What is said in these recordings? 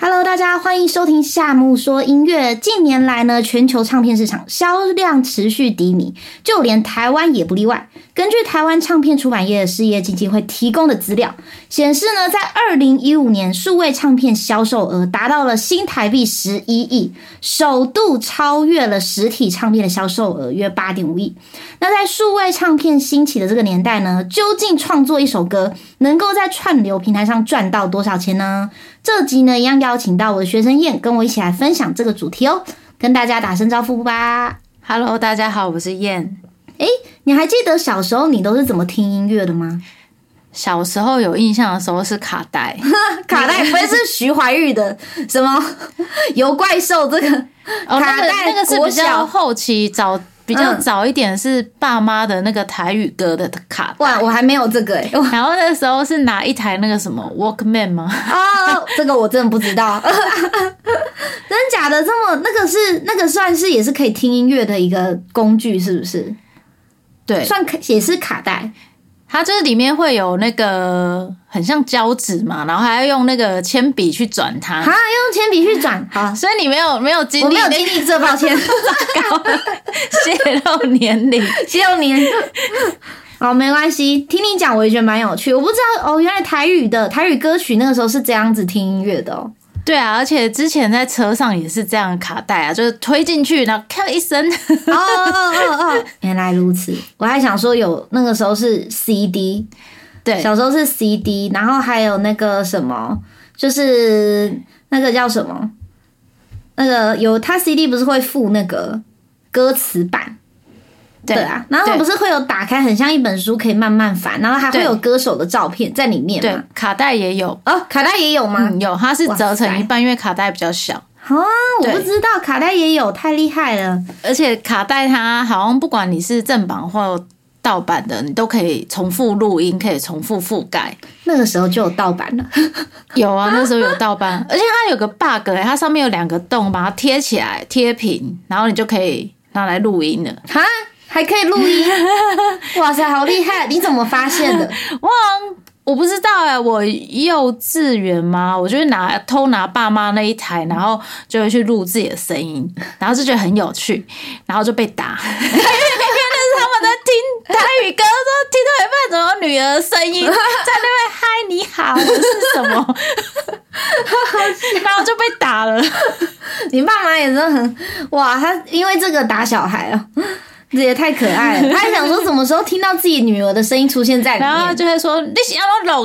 Hello， 大家欢迎收听夏木说音乐。近年来呢，全球唱片市场销量持续低迷，就连台湾也不例外。根据台湾唱片出版业的事业基金会提供的资料显示呢，在2015年，数位唱片销售额达到了新台币11亿，首度超越了实体唱片的销售额约8.5亿。那在数位唱片兴起的这个年代呢，究竟创作一首歌能够在串流平台上赚到多少钱呢？这集呢，一样邀请到我的学生燕跟我一起来分享这个主题哦，跟大家打声招呼吧。 Hello， 大家好，我是燕。 你还记得小时候你都是怎么听音乐的吗？ 小时候有印象的时候是卡带， 卡带不会是徐怀钰的什么有怪兽这个卡带？ 那个是比较后期比较早一点，是爸妈的那个台语歌的卡带。 哇，我还没有这个然后那时候是拿一台那个什么 Walkman 吗？ 这个我真的不知道。真假的？这么那个算是也是可以听音乐的一个工具，是不是？ 对， 算也是卡带。 它就是里面会有那个很像胶纸嘛，然后还要用那个铅笔去转它。 用铅笔去转，好， 所以你没有经历， 我没有经历这，抱歉， 泄露年龄， 泄露年龄。好，没关系，听你讲我也觉得蛮有趣。我不知道原来台语歌曲那个时候是这样子听音乐的哦。 对啊，而且之前在车上也是这样的卡带啊，就是推进去，然后咔一声。 原来如此，我还想说有那个时候是 CD， 对，小时候是 CD， 然后还有那个什么，就是那个叫什么，那个它 CD 不是会附那个歌词版。对啊，然后不是会有打开很像一本书可以慢慢翻，然后还会有歌手的照片在里面吗？ 对，卡带也有卡带也有吗？ 有，它是折成一半，因为卡带比较小。 我不知道卡带也有，太厉害了！ 而且卡带它好像不管你是正版或盗版的，你都可以重复录音，可以重复覆盖。 那个时候就有盗版了。 有啊，那时候有盗版，而且它有个 bug， 它上面有2个洞，把它贴起来贴平，然后你就可以拿来录音了。 还可以录音，哇塞，好厉害！你怎么发现的？ 我不知道我幼稚园吗？我就偷拿爸妈那一台，然后就会去录自己的声音，然后就觉得很有趣，然后就被打。因为那是他们在听台语歌，说听到一半怎么有女儿的声音在那边嗨你好，我是什么？然后就被打了。 你爸妈也真的很哇，他因为这个打小孩哦。这也太可爱了！他还想说什么时候听到自己女儿的声音出现在里面， 然后就会说你是要弄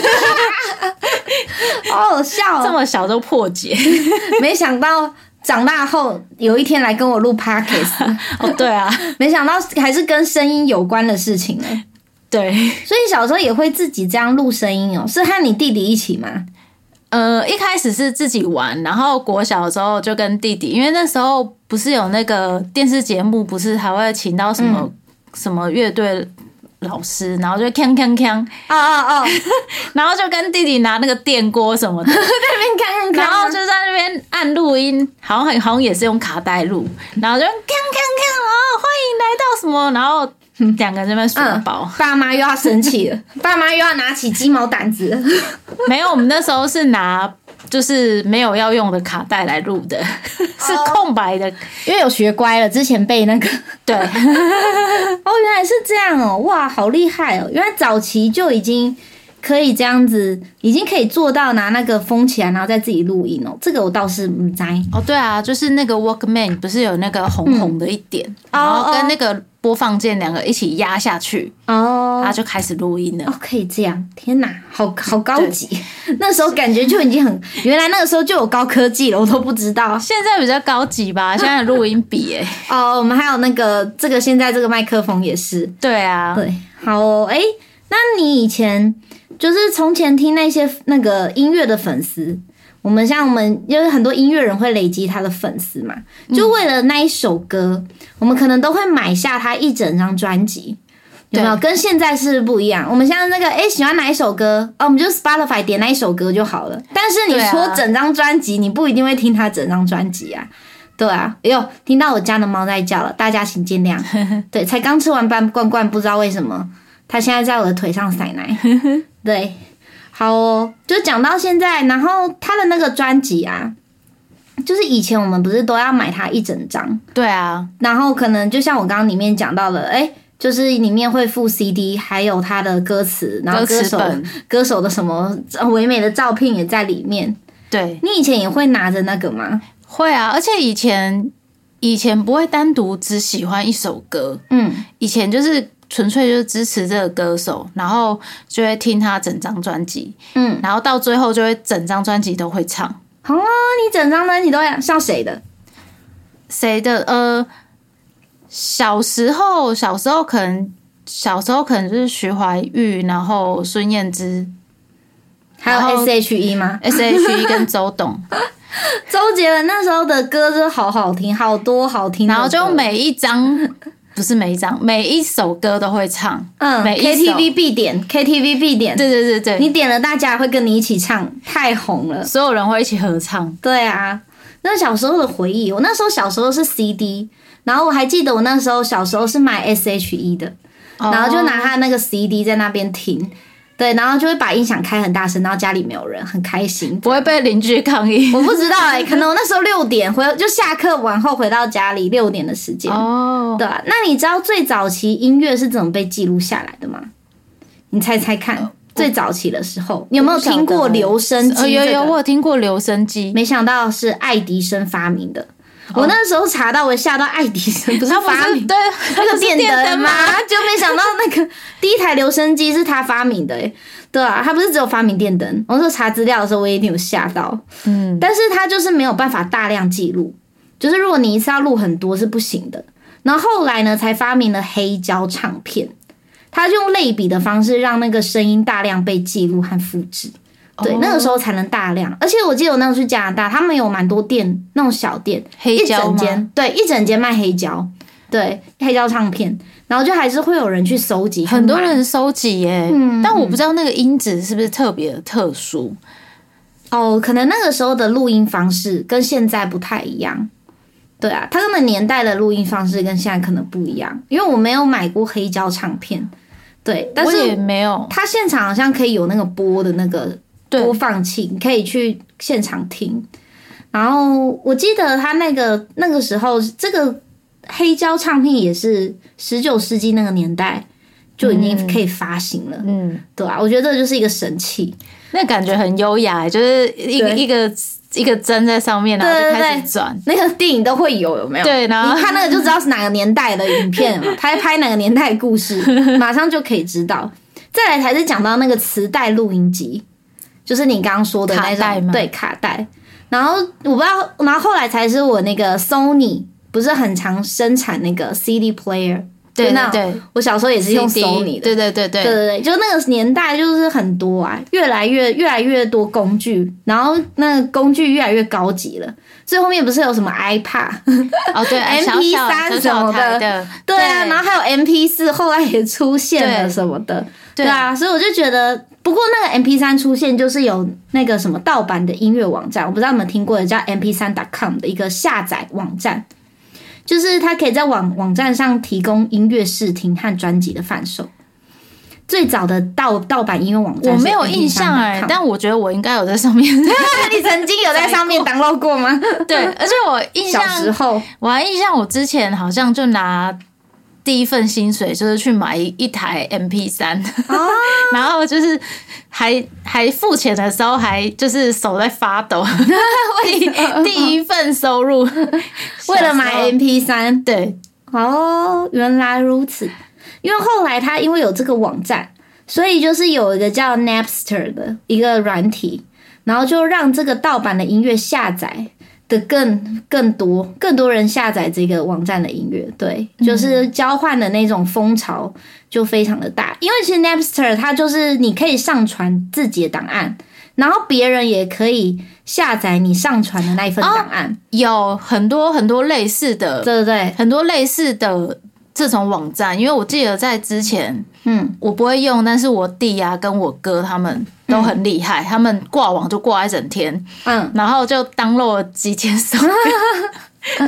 好好笑哦！ 这么小就破解， 没想到长大后有一天来跟我录 podcast 对啊， 没想到还是跟声音有关的事情呢。 对， 所以小时候也会自己这样录声音哦，是和你弟弟一起吗？ 一开始是自己玩，然后国小的时候就跟弟弟，因为那时候不是有那个电视节目，不是还会请到什么乐队老师，然后就锵锵锵然后就跟弟弟拿那个电锅什么的，在那边锵锵锵，然后就在那边按录音，好像也是用卡带录，然后就锵锵锵，欢迎来到什么，然后2个人在那边耍宝， 爸妈又要生气了，爸妈又要拿起鸡毛掸子了。 没有，我们那时候是拿就是没有要用的卡带来录的，是空白的， 因为有学乖了，之前背那个。 对， 原来是这样哦，哇，好厉害哦！原来早期就已经可以这样子，已经可以做到拿那个封起来，然后再自己录音哦。这个我倒是不知道。 对啊，就是那个 Walkman 不是有那个红红的一点，然后跟那个播放键2个一起压下去，它就开始录音了。 可以这样，天哪，好高级！那时候感觉就已经原来那个时候就有高科技了，我都不知道。 现在比较高级吧，现在的录音笔我们还有那个现在这个麦克风也是。 对啊， 对，好哦，那你以前就是从前听那些那个音乐的粉丝，我们因为很多音乐人会累积他的粉丝嘛，就为了那一首歌，我们可能都会买下他一整张专辑，有没有？跟现在是不一样。我们现在那个喜欢哪一首歌我们就 Spotify 点那一首歌就好了。但是你说整张专辑，你不一定会听他整张专辑啊。对啊，听到我家的猫在叫了，大家请见谅。对，才刚吃完罐罐，不知道为什么它现在在我的腿上塞奶。对。 好哦，就讲到现在，然后他的那个专辑啊，就是以前我们不是都要买它一整张？ 对啊， 然后可能就像我刚刚里面讲到的，就是里面会附 CD， 还有他的歌词，然后歌手的什么唯美的照片也在里面。 对， 你以前也会拿着那个吗？ 会啊，而且以前不会单独只喜欢一首歌，以前就是纯粹就是支持这个歌手，然后就会听他整张专辑，然后到最后就会整张专辑都会唱。 哦，你整张专辑都要像谁的？ 谁的？小时候可能就是徐怀钰，然后孙燕姿， 还有 S.H.E 吗 ？S.H.E 跟周董。 周杰伦那时候的歌就好好听，好多好听的歌， 然后就每一首歌都会唱，每一首 KTV 必点， 对， 你点了，大家会跟你一起唱，太红了， 所有人会一起合唱。 对啊，那小时候的回忆，我那时候小时候是 CD， 然后我还记得我那时候小时候是买 S.H.E 的，然后就拿他那个 CD 在那边听。对，然后就会把音响开很大声，然后家里没有人，很开心， 不会被邻居抗议。 我不知道可能我那时候6点就下课完后回到家里6点的时间。对啊，那你知道最早期音乐是怎么被记录下来的吗？你猜猜看，最早期的时候，你有没有听过留声机？ 有，我有听过留声机， 没想到是爱迪生发明的。我那时候查到，我吓到，爱迪生不是发明对那个电灯吗？就没想到那个第一台留声机是他发明的对啊，他不是只有发明电灯。我说查资料的时候，我也一定有吓到。但是他就是没有办法大量记录，就是如果你一次要录很多是不行的。然后后来呢，才发明了黑胶唱片，他用类比的方式让那个声音大量被记录和复制。对，那个时候才能大量。而且我记得我那时候去加拿大，他们有蛮多店，那种小店， 黑胶吗？ 一整间卖黑胶，对，黑胶唱片，然后就还是会有人去收集， 很多人收集耶。但我不知道那个音质是不是特别的特殊。 可能那个时候的录音方式跟现在不太一样。对啊，他们年代的录音方式跟现在可能不一样，因为我没有买过黑胶唱片，对，但是我也没有。 他现场好像可以有那个播的那个播放器，你可以去现场听。然后我记得他那个时候，这个黑胶唱片也是19世纪那个年代就已经可以发行了。对啊，我觉得这就是一个神器， 那感觉很优雅，就是一个针在上面，然后就开始转。 那个电影都会有没有？ 对，然后你看那个就知道是哪个年代的影片嘛，他在拍哪个年代的故事，马上就可以知道。再来才是讲到那个磁带录音机。就是你刚刚说的那种，对，卡带。然后我不知道，然后后来才是我那个 Sony 不是很常生产那个 CD player， 对， 我小时候也是用 Sony 的，对，就那个年代就是很多啊，越来越多工具，然后那个工具越来越高级了。最后面不是有什么 iPad 对 MP3 什么的，对啊，然后还有 MP4 后来也出现了什么的，对啊，所以我就觉得。不过那个 MP3 出现就是有那个什么盗版的音乐网站，我不知道你们听过的叫 mp3.com 的一个下载网站，就是它可以在网站上提供音乐试听和专辑的贩售。最早的盗版音乐网站我没有印象但我觉得我应该有在上面。 你曾经有在上面 download 过吗？ 对，而且我印象小时候， 我还印象我之前好像就拿第一份薪水就是去买一台 MP3，然后就是还付钱的时候还就是手在发抖，第一份收入为了买 MP3， 对， 原来如此。因为后来他因为有这个网站，所以就是有一个叫 Napster 的一个软体，然后就让这个盗版的音乐下载的更多人下载这个网站的音乐，对，就是交换的那种风潮就非常的大。因为其实 Napster 它就是你可以上传自己的档案，然后别人也可以下载你上传的那一份档案， 有很多很多类似的， 对， 很多类似的这种网站。因为我记得在之前，我不会用，但是我弟啊跟我哥他们都很厉害，他们挂网就挂一整天，然后就download了几千首歌，就是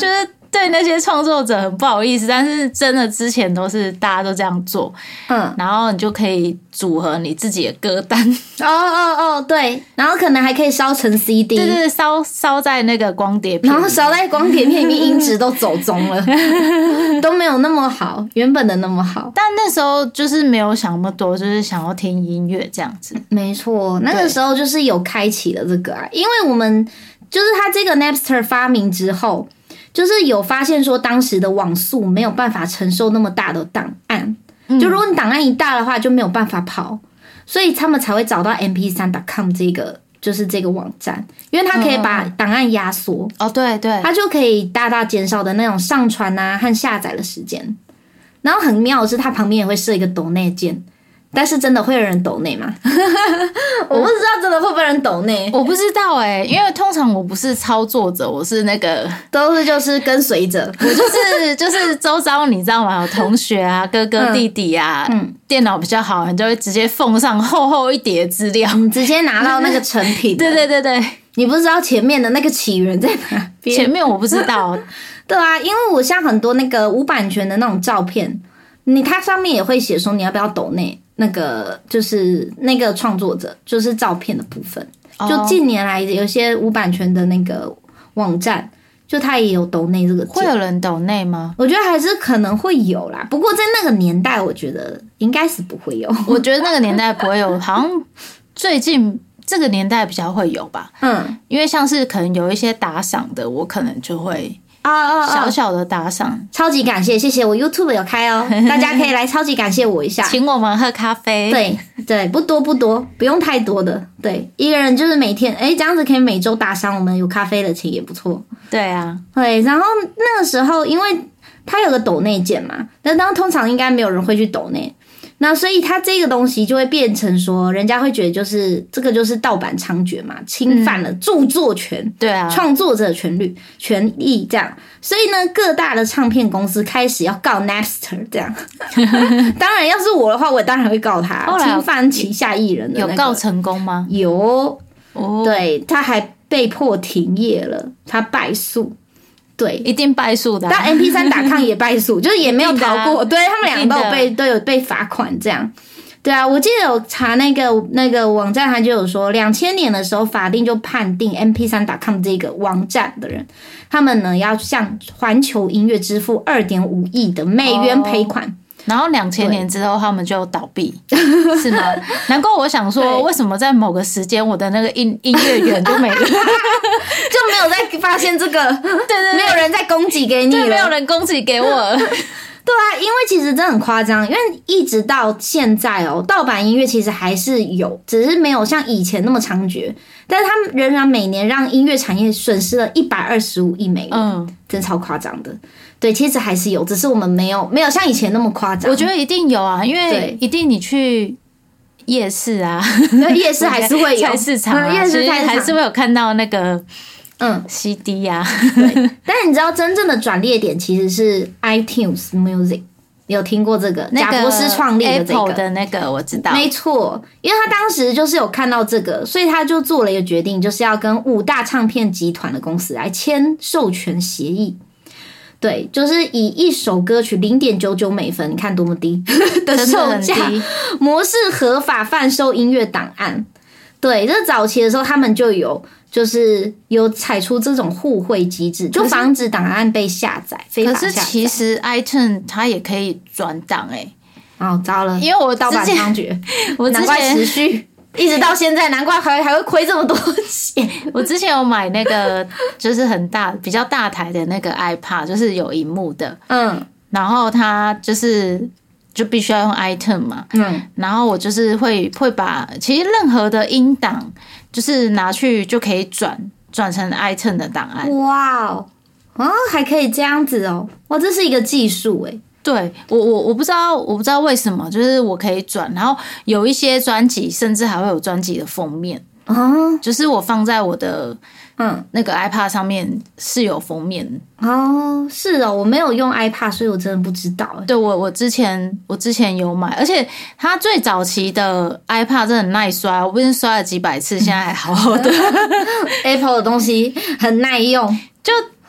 对那些创作者很不好意思，但是真的之前都是大家都这样做，然后你就可以组合你自己的歌单。 对，然后可能还可以烧成 CD， 对，烧在那个光碟片， 然后烧在光碟片里面，音质都走钟了，都没有那么好，原本的那么好。 但那时候就是没有想那么多，就是想要听音乐这样子。 没错，那个时候就是有开启了这个啊，因为我们就是他这个 Napster 发明之后，就是有发现说当时的网速没有办法承受那么大的档案，就如果你档案一大的话，就没有办法跑，所以他们才会找到 mp3.com 这个。就是这个网站，因为它可以把档案压缩， 对， 它就可以大大减少的那种上传啊和下载的时间。然后很妙的是，它旁边也会设一个抖内键，但是真的会有人抖内吗？我不知道真的会不会有人抖内， 我不知道因为通常我不是操作者，我是那个都是就是跟随者， 我就是周遭你知道吗？有同学啊、哥哥弟弟啊，电脑比较好，你就会直接奉上厚厚一叠资料， 直接拿到那个成品。 对， 你不知道前面的那个起源在哪边？ 前面我不知道。 对啊，因为我像很多那个无版权的那种照片，它上面也会写说你要不要抖内。那个就是那个创作者，就是照片的部分。就近年来有些无版权的那个网站，就它也有抖内这个键。 会有人抖内吗？ 我觉得还是可能会有啦，不过在那个年代，我觉得应该是不会有。 我觉得那个年代不会有，好像最近这个年代比较会有吧。因为像是可能有一些打赏的，我可能就会。小小的打赏， 超级感谢，谢谢我 YouTube 有开哦，大家可以来超级感谢我一下， 请我们喝咖啡。 对，不多，不用太多的，对，一个人就是每天，这样子可以每周打赏我们有咖啡的钱也不错。 对啊， 对，然后那个时候因为它有个抖内键嘛，但通常应该没有人会去抖内。那所以它这个东西就会变成说，人家会觉得就是这个就是盗版猖獗嘛，侵犯了著作权， 对啊， 创作者的权益这样。所以呢，各大的唱片公司开始要告 Napster 这样。当然，要是我的话，我当然会告他，侵犯旗下艺人的、 有告成功吗？ 有，对，他还被迫停业了，他败诉。对， 一定败诉的。 但 mp3.com 也败诉，就是也没有逃过。对，他们两个都有被罚款这样。对啊，我记得有查那个网站，他就有说，2000年的时候法定就判定 mp3.com 这个网站的人，他们呢要向环球音乐支付2.5亿的美元赔款。 然后2000年之后他们就倒闭，是吗？难怪我想说，为什么在某个时间我的那个音乐源就没了，就没有再发现这个，对，没有人再供给给你了， 没有人供给给我了。 对啊，因为其实真的很夸张，因为一直到现在盗版音乐其实还是有，只是没有像以前那么猖獗，但是他们仍然每年让音乐产业损失了125亿美元，真超夸张的。对，其实还是有，只是我们没有像以前那么夸张。 我觉得一定有啊，因为一定你去夜市啊， 夜市还是会有菜市场啊，夜市还是会有看到那个CD 啊。 对，但你知道真正的转捩点其实是 iTunes Music， 你有听过这个？贾伯斯创立的这个 Apple 的那个我知道， 没错，因为他当时就是有看到这个，所以他就做了一个决定，就是要跟5大唱片集团的公司来签授权协议。对，就是以一首歌曲0.99美分，你看多么低的售价模式合法贩售音乐档案。对，这早期的时候他们就是有采出这种互惠机制，就防止档案被下载，非法下载。 可是其实 iTunes 它也可以转档糟了， 因为我盗版猖獗，难怪持续。一直到现在，难怪还会亏这么多钱。 我之前有买那个，就是比较大台的那个 iPad， 就是有萤幕的，然后它就必须要用 iTunes 嘛，然后我就是会把其实任何的音档，就是拿去就可以转成 iTunes 的档案。 哇还可以这样子哇，这是一个技术对，我不知道为什么，就是我可以转，然后有一些专辑甚至还会有专辑的封面就是我放在我的那个 iPad 上面是有封面是我没有用 iPad， 所以我真的不知道。 对，我之前有买，而且它最早期的 iPad 真的很耐摔，我不是摔了几百次，现在还好好的。 Apple 的东西很耐用， 就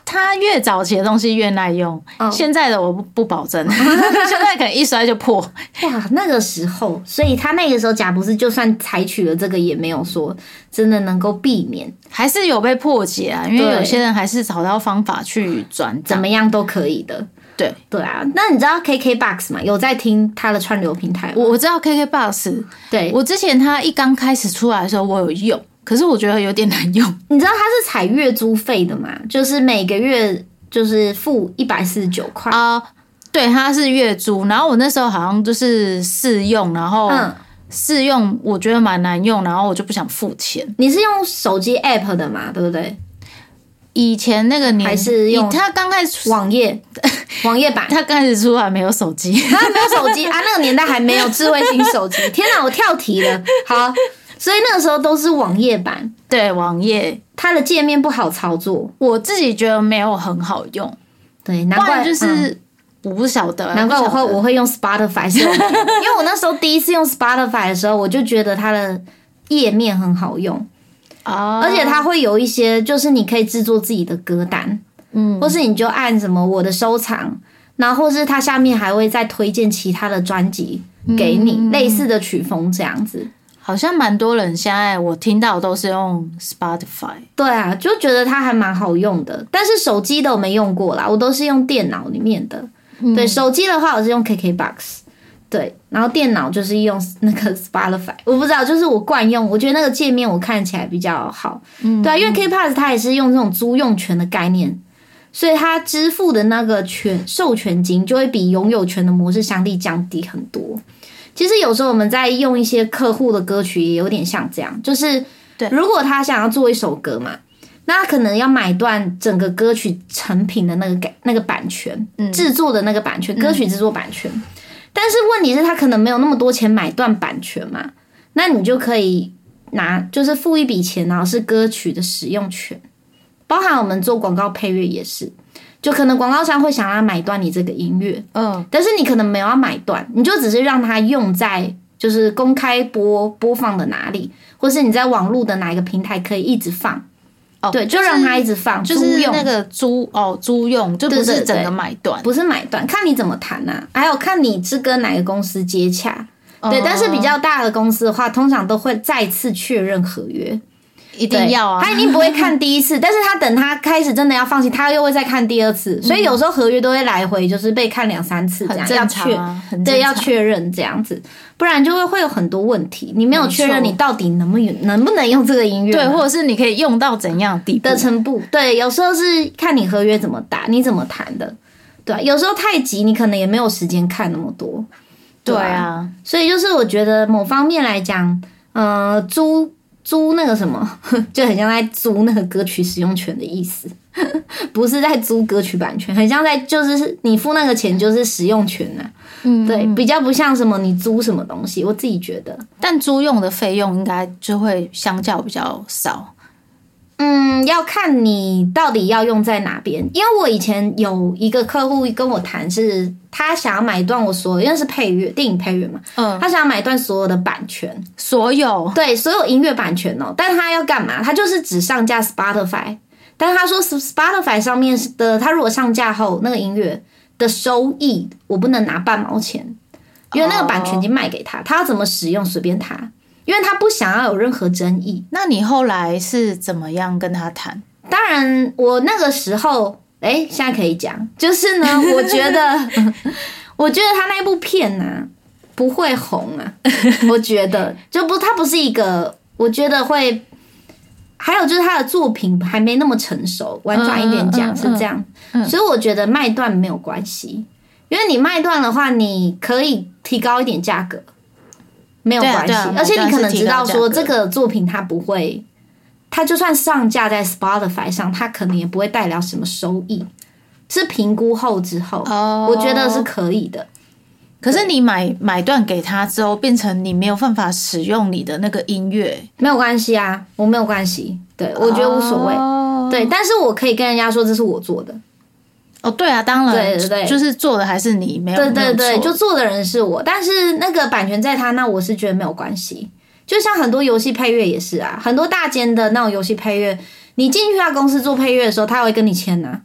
它越早期的东西越耐用，现在的我不保证，现在可能一摔就破。 哇，那个时候，所以他那个时候贾博士就算采取了这个，也没有说真的能够避免， 还是有被破解啊，因为有些人还是找到方法去转账， 怎么样都可以的。对啊，那你知道 KKBOX 吗？有在听他的串流平台吗？ 我知道 KKBOX， 对，我之前他一刚开始出来的时候我有用，可是我觉得有点难用。 你知道他是采月租费的吗？就是每个月就是付149块啊。对，他是月租，然后我那时候好像就是试用，然后试用我觉得蛮难用，然后我就不想付钱。 你是用手机 app 的嘛？对不对？ 以前那个年还是用他刚开始网页版， 他刚开始出来没有手机， 他没有手机啊，那个年代还没有智慧型手机。天哪，我跳题了。好，所以那个时候都是网页版， 对，网页它的界面不好操作， 我自己觉得没有很好用。 对，难怪就是我不晓得， 难怪我会用 Spotify， 因为我那时候第一次用 Spotify 的时候，我就觉得它的页面很好用。而且它会有一些，就是你可以制作自己的歌单，或是你就按什么我的收藏，然后或是它下面还会再推荐其他的专辑给你，类似的曲风这样子。 好像蛮多人现在我听到都是用 Spotify。 对啊，就觉得它还蛮好用的，但是手机的我没用过啦，我都是用电脑里面的。对，手机的话我是用 KKBOX。对，然后电脑就是用那个 Spotify， 我不知道，就是我惯用，我觉得那个界面我看起来比较好。对啊，因为 KKBOX 它也是用这种租用权的概念，所以它支付的那个授权金就会比拥有权的模式相对降低很多。其实有时候我们在用一些客户的歌曲也有点像这样，就是如果他想要做一首歌嘛，那他可能要买断整个歌曲成品的那个版权，制作的那个版权，歌曲制作版权。但是问题是，他可能没有那么多钱买断版权嘛？那你就可以就是付一笔钱，然后是歌曲的使用权，包含我们做广告配乐也是，就可能广告商会想要买断你这个音乐，但是你可能没有要买断，你就只是让它用在就是公开播放的哪里，或是你在网络的哪一个平台可以一直放。对，就让它一直放， 就是那个租用，就不是整个买断， 不是买断，看你怎么谈啊，还有看你是跟哪个公司接洽。对，但是比较大的公司的话，通常都会再次确认合约。 一定要啊！ 他一定不会看第一次，但是他等他开始真的要放弃，他又会再看第二次，所以有时候合约都会来回，就是被看2-3次这样，要确认这样子，不然就会有很多问题。你没有确认，你到底能不能用这个音乐？ 对，或者是你可以用到怎样的程度？对，有时候是看你合约怎么打，你怎么谈的，对啊，有时候太急，你可能也没有时间看那么多。 对啊， 所以就是我觉得某方面来讲，租那个什么，就很像在租那个歌曲使用权的意思，不是在租歌曲版权，很像在就是你付那个钱就是使用权啊。对，比较不像什么你租什么东西，我自己觉得。 但租用的费用应该就会相较比较少。 要看你到底要用在哪边，因为我以前有一个客户跟我谈，是他想要买断我所有，因为是配乐，电影配乐嘛，他想要买断所有的版权，所有音乐版权哦，但是他要干嘛？他就是只上架 Spotify， 但是他说 Spotify 上面的，他如果上架后那个音乐的收益，我不能拿半毛钱，因为那个版权已经卖给他，他要怎么使用随便他。因为他不想要有任何争议。 那你后来是怎么样跟他谈？ 当然，我那个时候，现在可以讲，就是呢，我觉得他那部片呢不会红啊，我觉得他不是一个，我觉得会，还有就是他的作品还没那么成熟，婉转一点讲是这样，所以我觉得卖断没有关系，因为你卖断的话，你可以提高一点价格。没有关系，而且你可能知道说这个作品它不会，它就算上架在 Spotify 上，它可能也不会带来什么收益，是评估后之后，我觉得是可以的。 可是你买断给他之后，变成你没有办法使用你的那个音乐， 没有关系啊，我没有关系，对，我觉得无所谓，对，但是我可以跟人家说这是我做的。 对啊，当然， 对， 就是做的还是你，没有对，就做的人是我，但是那个版权在他，那我是觉得没有关系。就像很多游戏配乐也是啊，很多大间的那种游戏配乐，你进去他公司做配乐的时候，他会跟你签啊，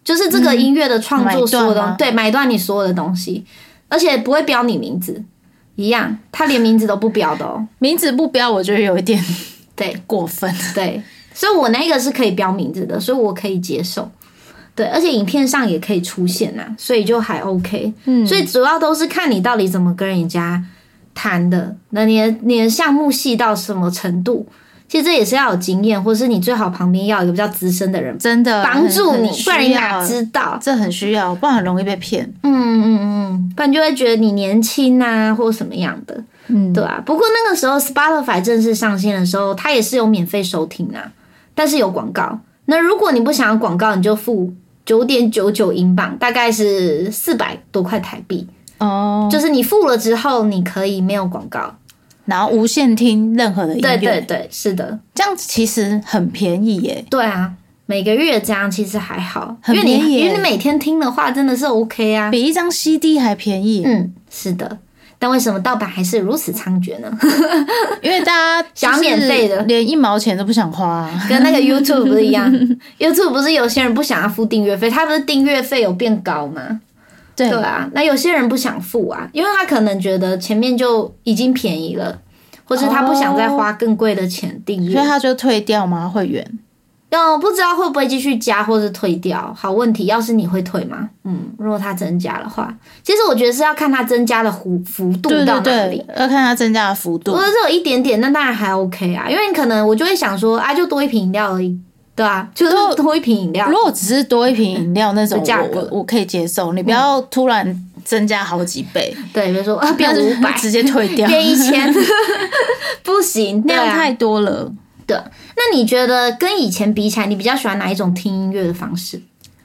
就是这个音乐的创作所有的买断吗对，买断你所有的东西，而且不会标你名字，一样，他连名字都不标的哦。 名字不标，我觉得有一点对过分。 对，所以我那个是可以标名字的，所以我可以接受。对，而且影片上也可以出现啊，所以就还 OK。所以主要都是看你到底怎么跟人家谈的，那你的项目细到什么程度。其实这也是要有经验，或是你最好旁边要有一个比较资深的人， 真的帮助你，不然你很需要哪知道？ 这很需要，不然很容易被骗。 不然就会觉得你年轻啊，或什么样的，对啊。不过那个时候 Spotify 正式上线的时候，它也是有免费收听啊，但是有广告。那如果你不想要广告，你就付9.99英镑，大概是400多块台币。 哦， 就是你付了之后，你可以没有广告， 然后无限听任何的音乐。 对对对，是的， 这样其实很便宜耶。 对啊，每个月这样其实还好， 很便宜耶因为你每天听的话，真的是 OK 啊。 比一张 CD 还便宜。 是的。但为什么盗版还是如此猖獗呢？ 因为大家想要免费的， 连1毛钱都不想花啊。 跟那个 YouTube 不是一样？YouTube 不是有些人不想要付订阅费，他不是订阅费有变高吗？ 对啊，那有些人不想付啊，因为他可能觉得前面就已经便宜了，或是他不想再花更贵的钱订阅， 所以他就退掉吗？会员？ 不知道会不会继续加或是退掉，好问题。要是你会退吗？如果它增加的话，其实我觉得是要看它增加的幅度到哪里， 要看它增加的幅度。 如果是有一点点，那当然还 OK 啊，因为你可能我就会想说啊，就多一瓶饮料而已，对啊，就是多一瓶饮料。 如果只是多一瓶饮料那种价格我可以接受，你不要突然增加好几倍。 对，比如说变500， 直接退掉， 变1000，不行， 那样太多了。 对，那你觉得跟以前比起来，你比较喜欢哪一种听音乐的方式？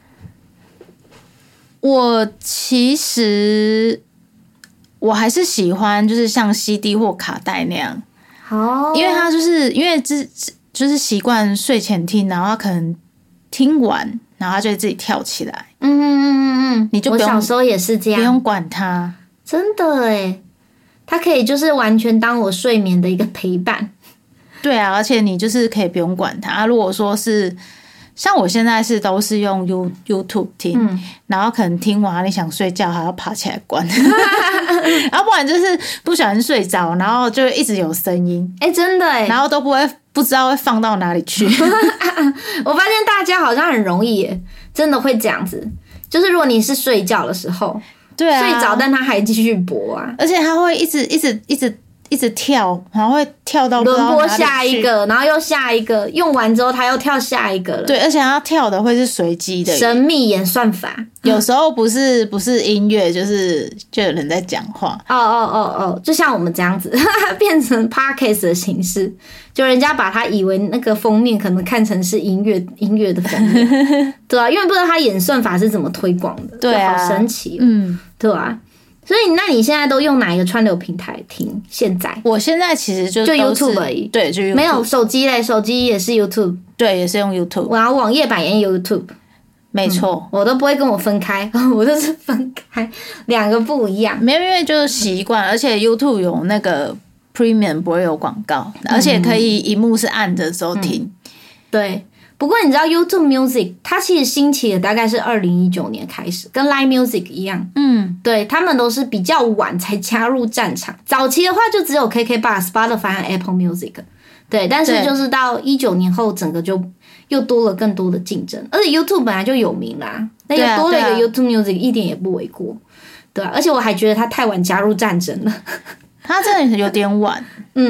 我其实还是喜欢，就是像 CD 或卡带那样。因为它就是因为就是习惯睡前听，然后他可能听完，然后他就会自己跳起来。你就不用， 我小时候也是这样， 不用管它。 真的耶，它可以就是完全当我睡眠的一个陪伴。 对啊，而且你就是可以不用管它。如果说是像我现在都是用 YouTube 听，然后可能听完你想睡觉还要爬起来关，然后不然就是不小心睡着，然后就一直有声音。 真的耶， 然后都不知道会放到哪里去。 我发现大家好像很容易耶，真的会这样子。就是如果你是睡觉的时候， 对啊， 睡着但它还继续播啊， 而且它会一直跳，然后会跳到轮播下一个，然后又下一个，用完之后它又跳下一个了。 对，而且它跳的会是随机的， 神秘演算法。 有时候不是音乐，就有人在讲话。 就像我们这样子，变成 podcast 的形式，就人家把它以为那个封面可能看成是音乐的封面，对啊，因为不知道它演算法是怎么推广的， 对啊， 好神奇，对啊。所以，那你现在都用哪一个串流平台听？现在我现在其实就 YouTube 而已， 对，就 YouTube。 没有手机嘞，手机也是 YouTube， 对，也是用 YouTube。 然后网页版也 YouTube， 没错， 我都不会跟我分开，我都是分开，两个不一样。 没有，因为就是习惯，而且 YouTube 有那个 Premium 不会有广告，而且可以荧幕是暗的时候听。 对。不过你知道 YouTube Music 它其实兴起的大概是2019年开始，跟 Line Music 一样，对，他们都是比较晚才加入战场。早期的话就只有 KKBOX、Spotify 和 Apple Music， 对，但是就是到19年后，整个就又多了更多的竞争，而且 YouTube 本来就有名啦，那又多了一个 YouTube Music， 一点也不为过，对啊，而且我还觉得他太晚加入战争了， 他真的有点晚，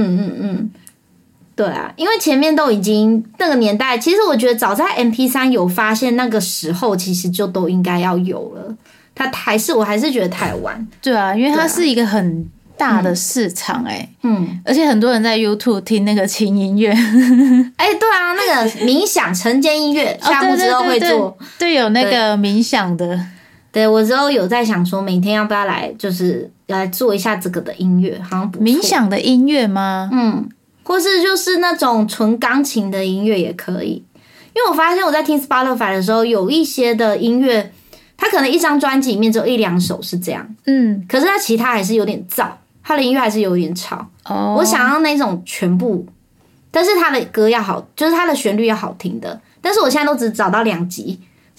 对啊，因为前面都已经那个年代，其实我觉得早在 MP3 有发现那个时候，其实就都应该要有了。我还是觉得太晚。对啊，因为它是一个很大的市场而且很多人在 YouTube 听那个轻音乐。 对啊，那个冥想晨间音乐，下幕之后会做， 对，有那个冥想的。 对，我之后有在想说，每天要不要来做一下这个的音乐，好像不错。 冥想的音乐吗？ 或是就是那种纯钢琴的音乐也可以，因为我发现我在听 Spotify 的时候，有一些的音乐，它可能一张专辑里面只有1-2首是这样，可是它其他还是有点燥，它的音乐还是有点吵。我想要那种全部，但是它的歌要好，就是它的旋律要好听的。但是我现在都只找到2集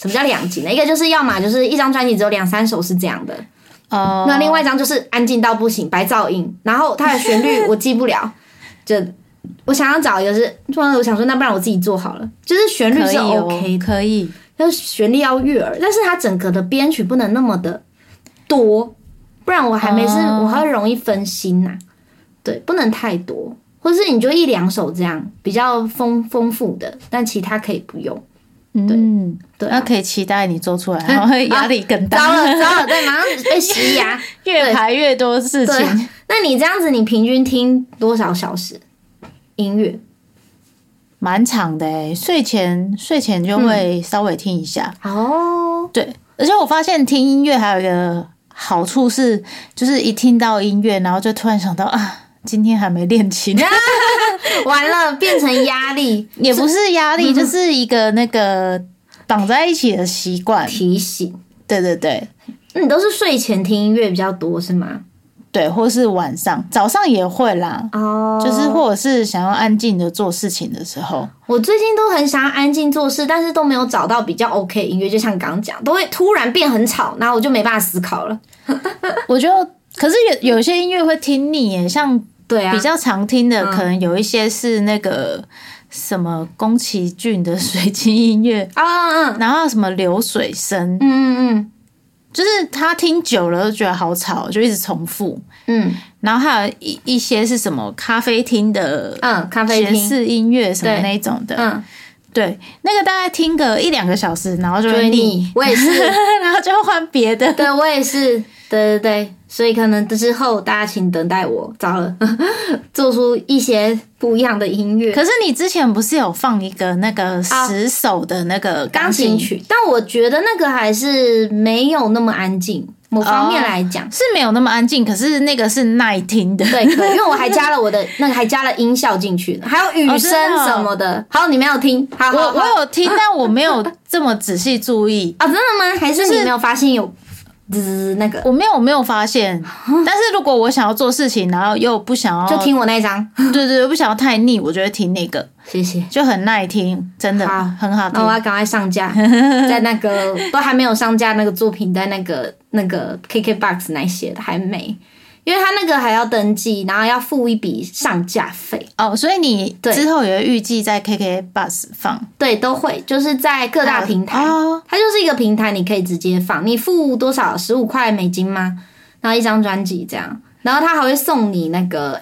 什么叫两极呢？一个就是要么就是一张专辑只有2-3首是这样的，那另外一张就是安静到不行，白噪音，然后它的旋律我记不了，就我想要找一个是，突然我想说，那不然我自己做好了，就是旋律是 OK 的， 可以， 就是旋律要悦耳，但是它整个的编曲不能那么的多，不然我还没事，我会容易分心呐。对，不能太多，或是你就1-2首这样比较丰富的，但其他可以不用。对， 那可以期待你做出来，然后会压力更大。 糟了，对，马上被吸压， 越排越多事情。 那你这样子，你平均听多少小时音乐？ 蛮长的睡前就会稍微听一下。对，而且我发现听音乐还有一个好处是，就是一听到音乐，然后就突然想到啊，今天还没练琴。 完了，变成压力， 也不是压力，就是一个那个绑在一起的习惯提醒。 对， 你都是睡前听音乐比较多是吗？ 对，或是晚上，早上也会啦。就是或者是想要安静的做事情的时候， 我最近都很想要安静做事，但是都没有找到比较 OK 的音乐，就像刚刚讲，都会突然变很吵，然后我就没办法思考了。 我觉得，可是有些音乐会听腻耶，像对啊， 比较常听的，可能有一些是那个什么宫崎骏的水晶音乐然后什么流水声，就是他听久了就觉得好吵，就一直重复。然后还有一些是什么咖啡厅的， 咖啡厅爵士音乐什么那种的，对，那个大概听个1-2个小时，然后就会腻。 我也是， 然后就换别的。 对，我也是，对，所以可能之后大家请等待我，糟了，做出一些不一样的音乐。 可是你之前不是有放一个那个10首的那个钢琴曲，但我觉得那个还是没有那么安静。某方面来讲是没有那么安静，可是那个是耐听的。 对，因为我还加了我的那个，还加了音效进去，还有雨声什么的。好，你没有听？好， 我有听，但我没有这么仔细注意。 真的吗？还是你没有发现有那个？ 我没有发现。但是如果我想要做事情，然后又不想要， 就听我那一张。 对，不想要太腻，我就会听那个。 谢谢， 就很耐听，真的很好听。 那我要赶快上架，在那个都还没有上架那个作品，在那个 KKBOX 那些的还没，因为他那个还要登记，然后要付一笔上架费。 所以你之后也会预计在 KKBOX 放？ 对，都会，就是在各大平台，它就是一个平台，你可以直接放，你付多少？15块美金吗？然后一张专辑这样，然后他还会送你那个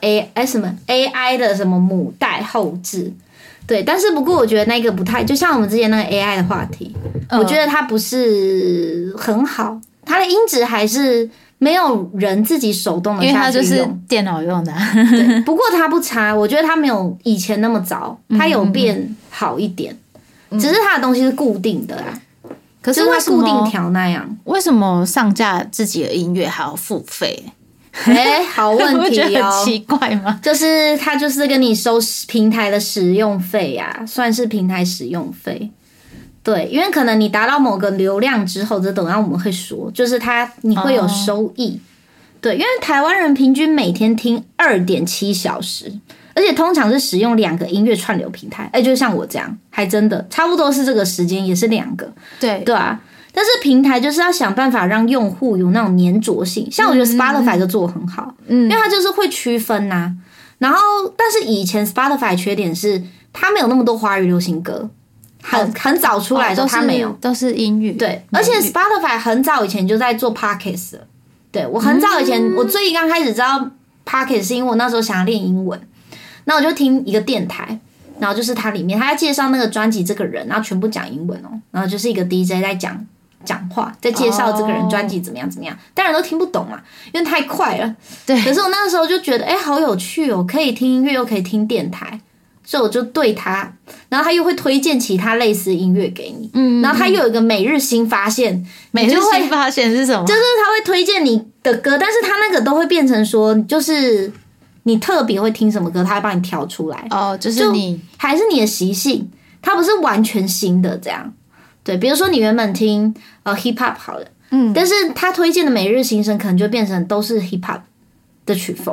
AI 的什么母带后置。对，但是不过我觉得那个不太，就像我们之前那个 AI 的话题，我觉得它不是很好，它的音质还是没有人自己手动的下去用， 因为它就是电脑用的。 对，不过它不差，我觉得它没有以前那么糟，它有变好一点，只是它的东西是固定的啦。可是它固定调那样， 为什么上架自己的音乐还要付费？ 好问题哦， 不觉得很奇怪吗？ 就是他就是跟你收平台的使用费啊，算是平台使用费。对，因为可能你达到某个流量之后，这等下我们会说，就是你会有收益。对，因为台湾人平均每天听2.7小时，而且通常是使用2个音乐串流平台，就像我这样，还真的差不多是这个时间，也是2个。对啊。但是平台就是要想办法让用户有那种粘着性，像我觉得 Spotify 就做得很好，因为它就是会区分呐。然后，但是以前 Spotify 缺点是它没有那么多华语流行歌，很早出来的时候它没有， 都是英语。 对，而且 Spotify 很早以前就在做 Podcast 了。对，我很早以前，我最刚开始知道 Podcast 是因为我那时候想要练英文，那我就听一个电台。然后就是它里面，他在介绍那个专辑这个人，然后全部讲英文然后就是一个 DJ 在讲话，在介绍这个人专辑怎么样怎么样，当然都听不懂嘛，因为太快了。 对。 可是我那个时候就觉得，好有趣哦，可以听音乐又可以听电台，所以我就对他，然后他又会推荐其他类似的音乐给你，然后他又有一个每日新发现， 每日新发现是什么？ 就是他会推荐你的歌，但是他那个都会变成说，就是你特别会听什么歌，他会帮你挑出来。 就是你还是你的习性，它不是完全新的这样。对，比如说你原本听hip hop 好了，但是他推荐的每日新生可能就变成都是 hip hop 的曲风，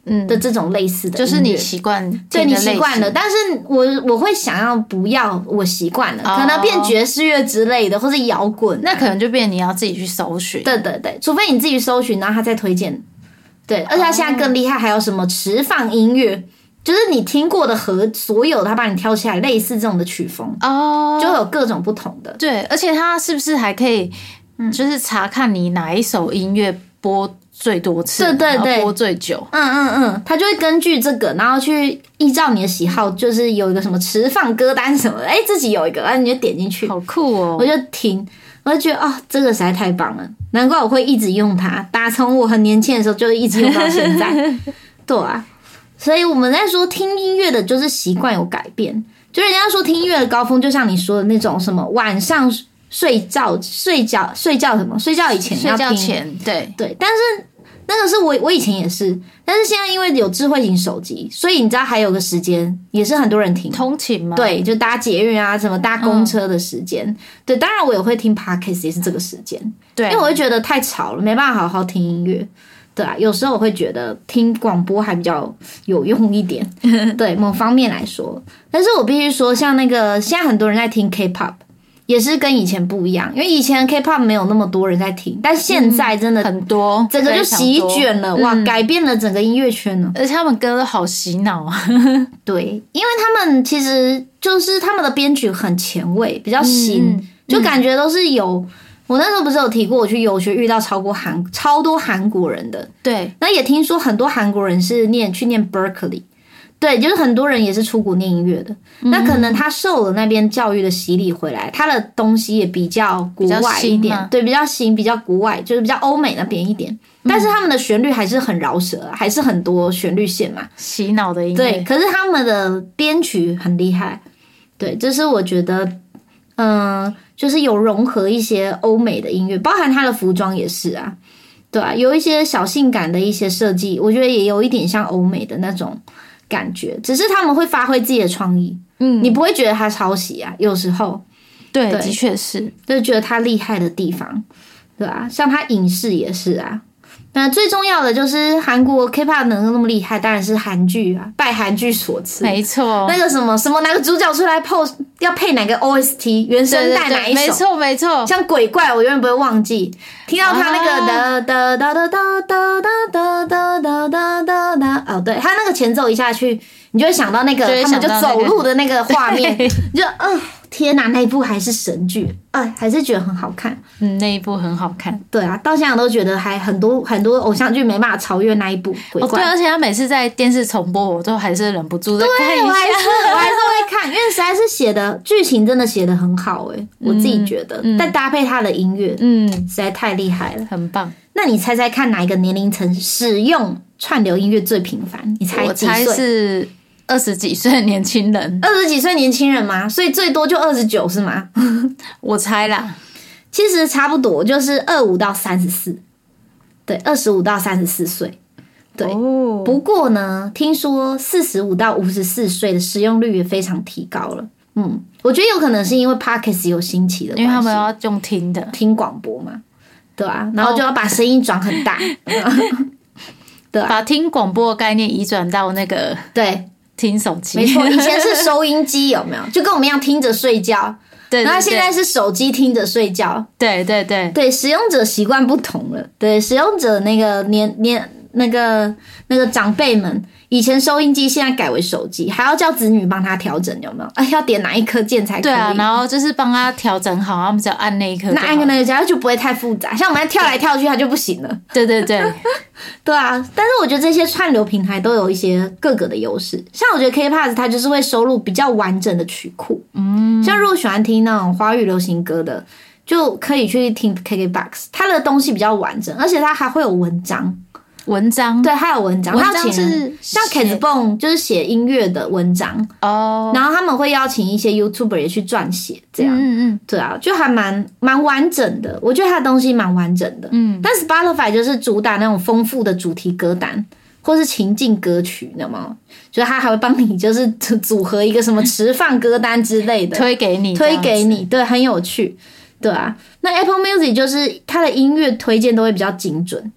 的这种类似的音乐， 就是你习惯， 对你习惯了，但是我会想要不要我习惯了，可能变爵士乐之类的，或是摇滚， 那可能就变你要自己去搜寻。 对对对，除非你自己搜寻，然后他再推荐。对，而且他现在更厉害，还有什么持放音乐，就是你听过的和所有他把你挑起来类似这种的曲风就有各种不同的。 对，而且他是不是还可以，就是查看你哪一首音乐播最多次， 对对对， 然后播最久。 他就会根据这个，然后去依照你的喜好，就是有一个什么持放歌单什么的，自己有一个，然后你就点进去， 好酷哦！ 我就听，我就觉得这个实在太棒了，难怪我会一直用它，打从我很年轻的时候就一直用到现在。对啊，所以我们在说听音乐的，就是习惯有改变。就人家说听音乐的高峰，就像你说的那种什么晚上睡觉什么睡觉以前要听， 睡觉前对， 但是那个是我以前也是，但是现在因为有智慧型手机，所以你知道还有个时间也是很多人听通勤吗？ 对，就搭捷运啊，什么搭公车的时间。对，当然我也会听 podcast， 也是这个时间。 对， 因为我会觉得太吵了，没办法好好听音乐。对啊，有时候我会觉得听广播还比较有用一点，对某方面来说。但是我必须说，像那个现在很多人在听 K-pop。也是跟以前不一样，因为以前 K-pop 没有那么多人在听，但现在真的很多， 整个就席卷了，哇，改变了整个音乐圈了。 而且他们歌都好洗脑啊。 对，因为他们其实就是他们的编曲很前卫，比较新，就感觉都是有。我那时候不是有提过，我去游学遇到超多韩国人的， 对， 那也听说很多韩国人是去念 Berkeley。对，就是很多人也是出国念音乐的，那可能他受了那边教育的洗礼回来，他的东西也比较国外一点，对，比较新，比较国外，就是比较欧美那边一点。但是他们的旋律还是很饶舌，还是很多旋律线嘛， 洗脑的音乐。 对，可是他们的编曲很厉害，对，这是我觉得，就是有融合一些欧美的音乐，包含他的服装也是啊，对啊，有一些小性感的一些设计，我觉得也有一点像欧美的那种。感觉只是他们会发挥自己的创意，你不会觉得他抄袭啊，有时候对，的确是， 就是觉得他厉害的地方，对吧？像他影视也是啊。那最重要的就是韩国 K-pop 能那么厉害，当然是韩剧啊，拜韩剧所赐。 没错， 那个什么哪个主角出来 pose 要配哪个 OST 原声带哪一首？没错。 像鬼怪，我永远不会忘记，听到他那个哒哒哒哒哒哒哒哒哒哒哒哒，对，他那个前奏一下去，你就会想到那个他们就走路的那个画面，你就天哪，那一部还是神剧，还是觉得很好看。 那一部很好看。对啊，到现在都觉得还很多偶像剧没办法超越那一部鬼怪。 对，而且他每次在电视重播，我都还是忍不住在看一下。 我还是会看，因为实在是写的剧情真的写的很好我自己觉得，再搭配他的音乐，实在太厉害了， 很棒。 那你猜猜看，哪一个年龄层使用串流音乐最频繁？你猜几岁？ 我猜是20几岁的年轻人。 20几岁年轻人吗？所以最多就29是吗？ 我猜啦， 其实差不多，就是25到34，对，25到34岁，对。不过呢，听说45到54岁的使用率也非常提高了。我觉得有可能是因为 Podcast 有兴起的关系， 因为他们要用听广播嘛，对啊，然后就要把声音转很大， 对啊，把听广播的概念移转到那个对。 听手机， 没错，以前是收音机，有没有？就跟我们一样听着睡觉。对，然后现在是手机听着睡觉。 对对对对，使用者习惯不同了。对，使用者那个那个长辈们，以前收音机，现在改为手机，还要叫子女帮他调整，有没有？要点哪一颗键才可以？ 对啊，然后就是帮他调整好，他们只要按那一颗， 那按那个键就不会太复杂。像我们跳来跳去，它就不行了。 对对对， 对啊。但是我觉得这些串流平台都有一些各个的优势。像我觉得 K-pop 它就是会收录比较完整的曲库。像如果喜欢听那种华语流行歌的，就可以去听 KKBOX， 它的东西比较完整，而且它还会有文章。对，还有文章，他有请人像 Kazbon 就是写音乐的文章然后他们会邀请一些 YouTuber 也去撰写，这样，对啊，就还蛮完整的，我觉得他的东西蛮完整的，但 Spotify 就是主打那种丰富的主题歌单或是情境歌曲，你知道吗？就是他还会帮你就是组合一个什么持放歌单之类的推给你， 对，很有趣，对啊。那 Apple Music 就是它的音乐推荐都会比较精准。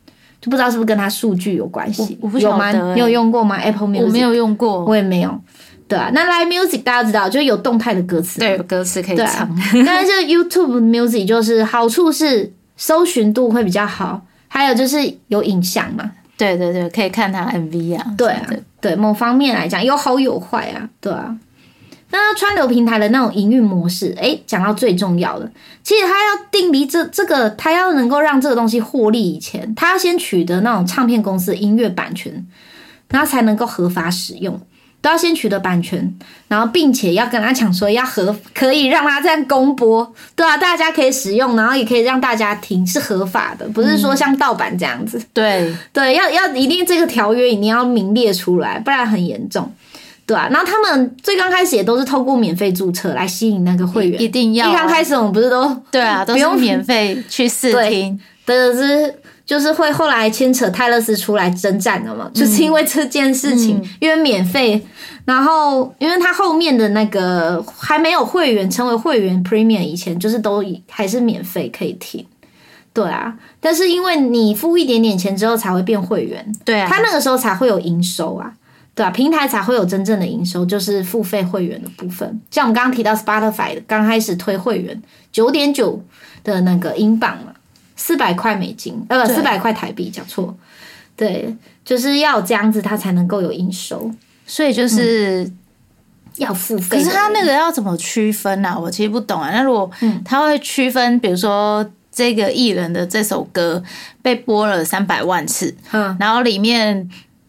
就不知道是不是跟它数据有关系。 我不晓得有吗？你有用过吗 ？Apple Music 我没有用过， 我也没有。对啊，那 Live Music 大家知道，就有动态的歌词， 对，有歌词可以唱。 但是 YouTube Music 就是好处是搜寻度会比较好，还有就是有影像嘛。 对对对，可以看他 MV 啊。 对啊，对，某方面来讲有好有坏啊，对啊。那串流平台的那种营运模式，讲到最重要的，其实他要定离这个，他要能够让这个东西获利以前，他要先取得那种唱片公司的音乐版权，然后才能够合法使用，都要先取得版权，然后并且要跟他讲说可以让他这样公播，对啊，大家可以使用，然后也可以让大家听，是合法的，不是说像盗版这样子。 对对，要一定这个条约一定要明列出来，不然很严重。对啊，然后他们最刚开始也都是透过免费注册来吸引那个会员， 一定要。 一刚开始我们不是都对啊，都是免费去试听， 对，就是会后来牵扯泰勒斯出来征战的嘛，就是因为这件事情，因为免费，然后因为他后面的那个还没有会员成为会员 Premium 以前，就是都还是免费可以听。对啊，但是因为你付一点点钱之后才会变会员， 对啊， 他那个时候才会有营收啊。对啊，平台才会有真正的营收，就是付费会员的部分。像我们刚刚提到 Spotify 刚开始推会员 9.9 的那个英镑嘛，400块美金，400块台币，讲错。对，就是要这样子，它才能够有营收。 所以就是要付费。 可是他那个要怎么区分啊？我其实不懂啊。那如果他会区分，比如说这个艺人的这首歌被播了300万次，然后里面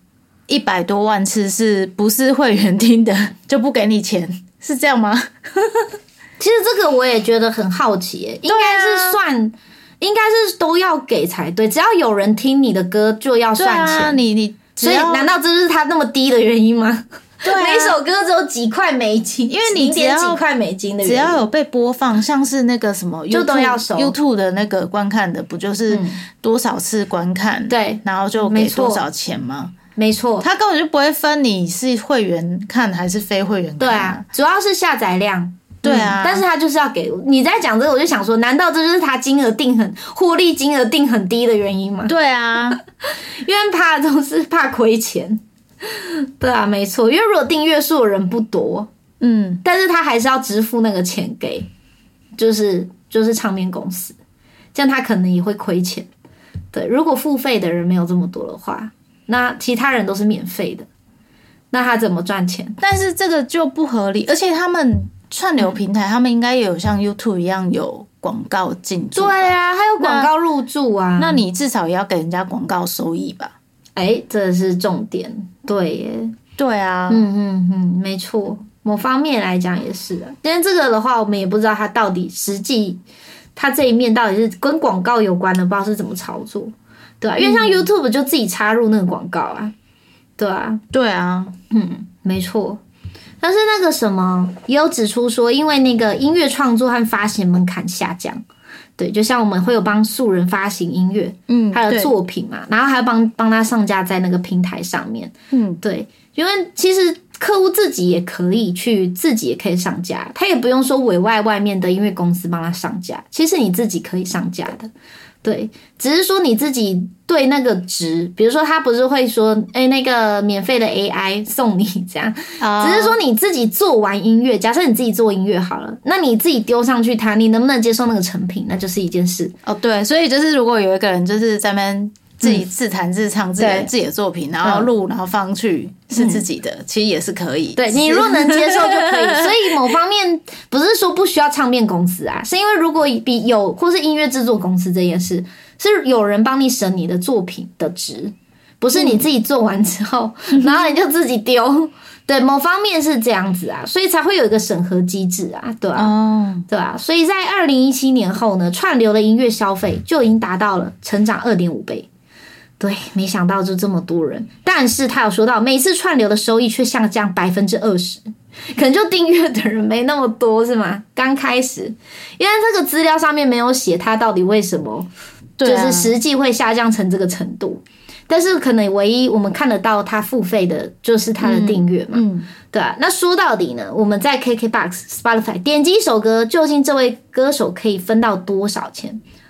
100多万次是不是会员听的就不给你钱，是这样吗？ 其实这个我也觉得很好奇耶，应该是都要给才对，只要有人听你的歌就要算钱。 对啊，你所以难道这就是他那么低的原因吗？ 对啊， 每首歌只有几块美金， 因为你只要几块美金的原因， 只要有被播放，像是那个什么 YouTube, 就都要收 YouTube 的那个观看的，不就是多少次观看， 对， 然后就给多少钱吗？ 没错， 他根本就不会分你是会员看还是非会员看。 对啊，主要是下载量。 对啊， 但是他就是要给你在讲这个，我就想说，难道这就是他获利金额定很低的原因吗？ 对啊， 因为都是怕亏钱。对啊，没错，因为如果订阅数的人不多，但是他还是要支付那个钱给，就是唱片公司，这样他可能也会亏钱。对，如果付费的人没有这么多的话，那其他人都是免费的，那他怎么赚钱？ 但是这个就不合理，而且他们串流平台，他们应该也有像 YouTube 一样有广告进驻。 对啊，还有广告入驻啊， 那你至少也要给人家广告收益吧？ 这是重点。对耶， 对啊， 没错，某方面来讲也是啊。但是这个的话，我们也不知道它到底实际，它这一面到底是跟广告有关的，不知道是怎么操作，对啊，因为像 YouTube 就自己插入那个广告啊，对啊， 对啊， 没错。但是那个什么也有指出说，因为那个音乐创作和发行门槛下降。对，就像我们会有帮素人发行音乐，还有作品嘛，然后还要帮他上架在那个平台上面，对，因为其实客户自己也可以上架，他也不用说委外外面的音乐公司帮他上架，其实你自己可以上架的，对，只是说你自己对那个值，比如说他不是会说，那个免费的 AI 送你这样，只是说你自己做完音乐，假设你自己做音乐好了，那你自己丢上去你能不能接受那个成品，那就是一件事。 对，所以就是如果有一个人就是在那边自己自弹自唱自己的作品，然后录，然后放去是自己的，其实也是可以。 对，你如果能接受就可以。所以某方面不是说不需要唱片公司啊，是因为如果或是音乐制作公司这件事，是有人帮你审你的作品的值，不是你自己做完之后，然后你就自己丢。对，某方面是这样子啊，所以才会有一个审核机制啊，对啊，对啊，所以在2017年后呢，串流的音乐消费就已经达到了成长 2.5 倍。对，没想到就这么多人，但是他有说到，每次串流的收益却下降 20%， 可能就订阅的人没那么多，是吗？刚开始，因为这个资料上面没有写他到底为什么，就是实际会下降成这个程度。但是可能唯一我们看得到他付费的就是他的订阅嘛，对啊。那说到底呢，我们在 KKBOX、Spotify 点击一首歌，究竟这位歌手可以分到多少钱？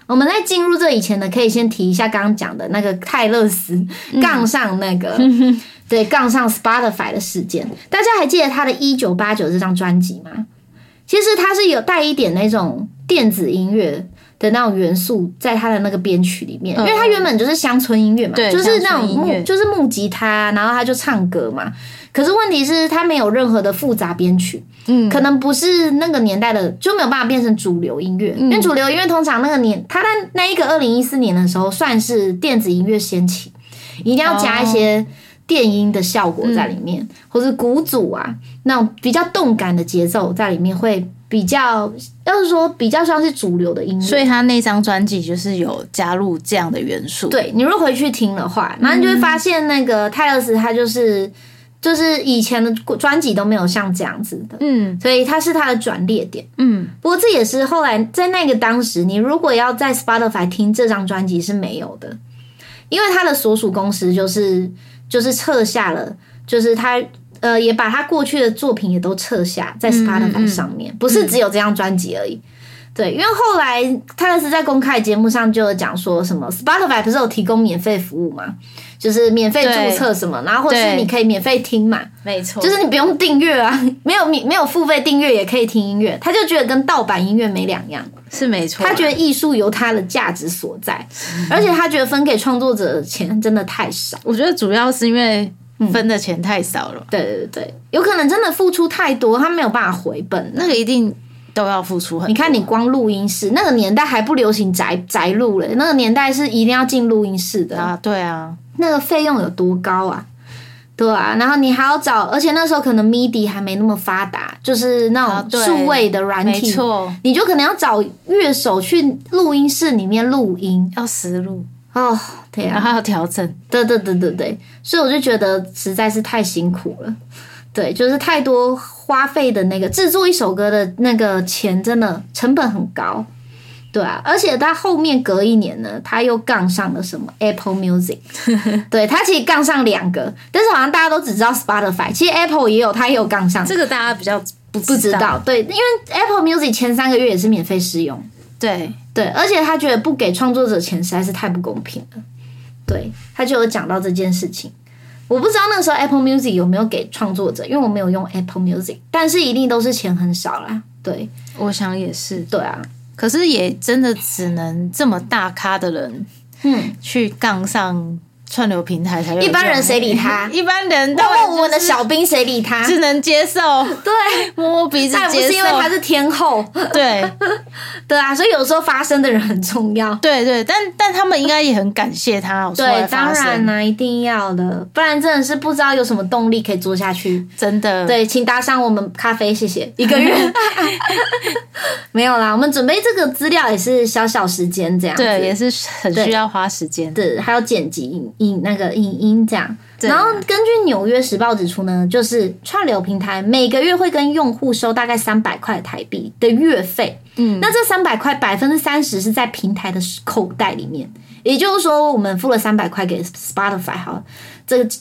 我们在进入这以前呢，可以先提一下刚刚讲的那个泰勒斯杠上那个、对，杠上 Spotify 的事件。大家还记得他的1989这张专辑吗？其实他是有带一点那种电子音乐的那种元素在他的那个编曲里面，因为他原本就是乡村音乐嘛，就是那种就是木吉他，然后他就唱歌嘛。可是问题是，他没有任何的复杂编曲，可能不是那个年代的，就没有办法变成主流音乐。因为主流音乐通常那个年，他在那一个2014年的时候，算是电子音乐掀起，一定要加一些电音的效果在里面，或是鼓组啊那种比较动感的节奏在里面，会比较，要是说比较像是主流的音乐。 所以他那张专辑就是有加入这样的元素。 对，你如果回去听的话，然后你就会发现那个泰勒斯他就是以前的专辑都没有像这样子的，所以它是他的转捩点，不过这也是后来在那个当时，你如果要在 Spotify 听这张专辑是没有的，因为他的所属公司就是撤下了，就是他也把他过去的作品也都撤下在 Spotify 上面，不是只有这张专辑而已。对，因为后来泰勒斯在公开节目上就有讲说什么 Spotify 不是有提供免费服务吗？就是免费注册什么，然后或是你可以免费听嘛， 没错， 就是你不用订阅啊，没有付费订阅也可以听音乐，他就觉得跟盗版音乐没两样， 是没错。 他觉得艺术有它的价值所在，而且他觉得分给创作者的钱真的太少。 我觉得主要是因为分的钱太少了， 对，有可能真的付出太多，他没有办法回本， 那个一定都要付出很多。 你看，你光录音室那个年代还不流行宅录嘞，那个年代是一定要进录音室的啊，对啊， 那个费用有多高啊？对啊，然后你还要找，而且那时候可能 MIDI 还没那么发达，就是那种数位的软体， 没错， 你就可能要找乐手去录音室里面录音， 要实录哦，对啊， 然后要调整， 对，所以我就觉得实在是太辛苦了。对，就是太多花费的那个制作一首歌的那个钱，真的成本很高。对啊，而且他后面隔一年呢，他又杠上了什么 Apple Music， 对，他其实杠上2个，但是好像大家都只知道 Spotify， 其实 Apple 也有，他也有杠上， 这个大家比较不知道。对，因为 Apple Music 前3个月也是免费试用， 对， 而且他觉得不给创作者钱实在是太不公平了，对，他就有讲到这件事情。我不知道那个时候 Apple Music 有没有给创作者，因为我没有用 Apple Music， 但是一定都是钱很少啦。对， 我想也是。 对啊， 可是也真的只能这么大咖的人，去杠上串流平台才有。 一般人谁理他？ 一般人默默的小兵谁理他？ 只能接受， 对， 摸摸鼻子接受。 但不是因为他是天后， 对， 对啊，所以有时候发声的人很重要。 对，但他们应该也很感谢他， 对，当然啦，一定要的，不然真的是不知道有什么动力可以做下去。 真的， 对，请打赏我们咖啡，谢谢。1个月没有啦，我们准备这个资料也是小时间这样子， 对，也是很需要花时间， 对，还有剪辑那个影音这样。然后根据纽约时报指出呢，就是串流平台每个月会跟用户收大概300块台币的月费，那这300块30%是在平台的口袋里面，也就是说我们付了300块给 Spotify 好了，这个